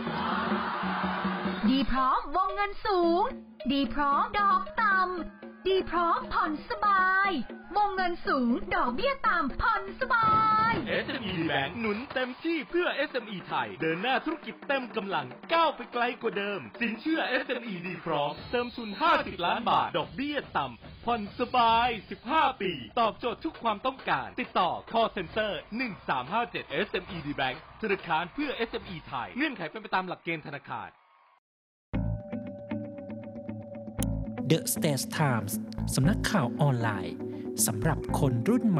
ดีพร้อมวงเงินสูงดีพร้อมดอกต่ำดีพร้อมผ่อนสบายวงเงินสูงดอกเบี้ยต่ำผ่อนสบาย SME Bank หนุนเต็มที่เพื่อ SME ไทยเดินหน้าธุรกิจเต็มกำลังก้าวไปไกลกว่าเดิมสินเชื่อ SME ดีพร้อมเติมทุน50 ล้านบาทดอกเบี้ยต่ำผ่อนสบาย15 ปีตอบโจทย์ทุกความต้องการติดต่อ call center 1357 SME Bank ธนาคารเพื่อ SME ไทยเงื่อนไขเป็นไปตามหลักเกณฑ์ธนาคาร The States Times สำนักข่าวออนไลน์สำหรับคนรุ่นใหม่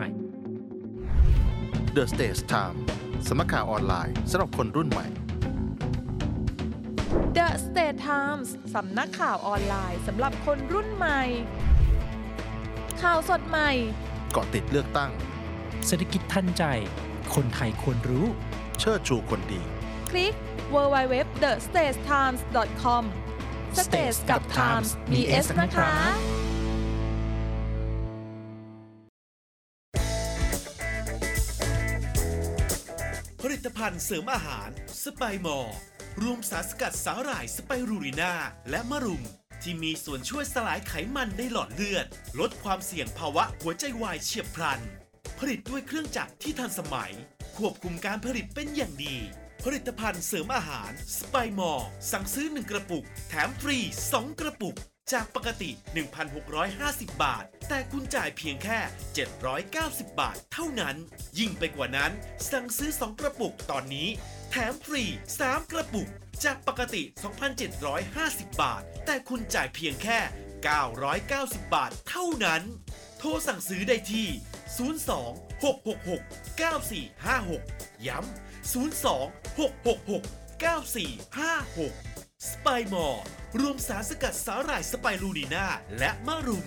The States Times สำนักข่าวออนไลน์สำหรับคนรุ่นใหม่ The States Times สำนักข่าวออนไลน์สำหรับคนรุ่นใหม่ข่าวสดใหม่เกาะติดเลือกตั้งเศรษฐกิจทันใจคนไทยควรรู้เชิดชูคนดีคลิก www.thestatestimes.com States กับ Times มี S นะคะผลิตภัณฑ์เสริมอาหารสไปมอร์รวมสารสกัดสาหร่ายสไปรูรินาและมะรุมที่มีส่วนช่วยสลายไขมันในหลอดเลือดลดความเสี่ยงภาวะหัวใจวายเฉียบพลันผลิตด้วยเครื่องจักรที่ทันสมัยควบคุมการผลิตเป็นอย่างดีผลิตภัณฑ์เสริมอาหารสไปมอร์สั่งซื้อ1กระปุกแถมฟรี2กระปุกจากปกติ 1,650 บาทแต่คุณจ่ายเพียงแค่790 บาทเท่านั้นยิ่งไปกว่านั้นสั่งซื้อ2กระปุกตอนนี้แถมฟรี3กระปุกจากปกติ 2,750 บาทแต่คุณจ่ายเพียงแค่990 บาทเท่านั้นโทรสั่งซื้อได้ที่02-666-9456ย้ำ02-666-9456 สไปมอร์รวมสารสกัดสาหร่ายสไปรูนีนาและมะรุม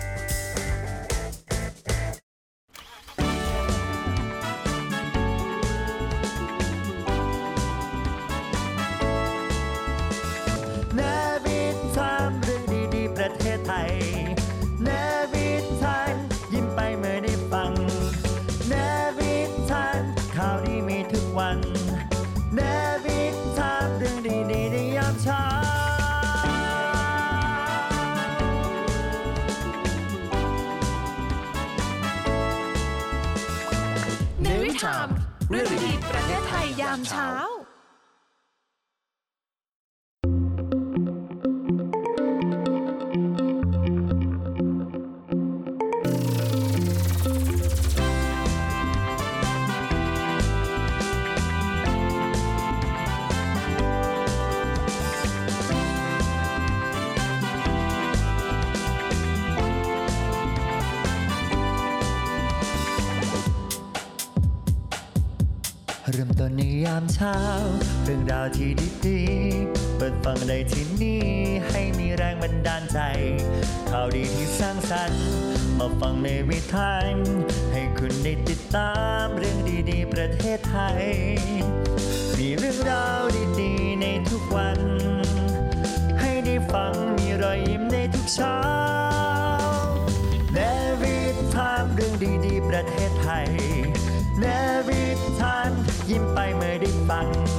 เนวิทามเรื่องดีๆประเทศไทยเนวิทามยิ้มไปเมื่อได้ฟังเนวิทามข่าวดีมีทุกวันเนวิทามเรื่องดีๆในยามเช้าเนวิทามเรื่องดีๆประเทศไทยยามเช้าเริ่มต้นในยามเช้าเรื่องราวที่ดีๆเปิดฟังได้ที่นี่ให้มีแรงบันดาลใจข่าวดีที่สร้างสรรค์มาฟังในวิถีให้คุณได้ติดตามเรื่องดีๆประเทศไทยมีเรื่องราวดีๆในทุกวันให้ได้ฟังมีรอยยิ้มในทุกเช้าในวิถีเรื่องดีๆประเทศไทยในวิถียิ้มไปเมื่อได้ฟัง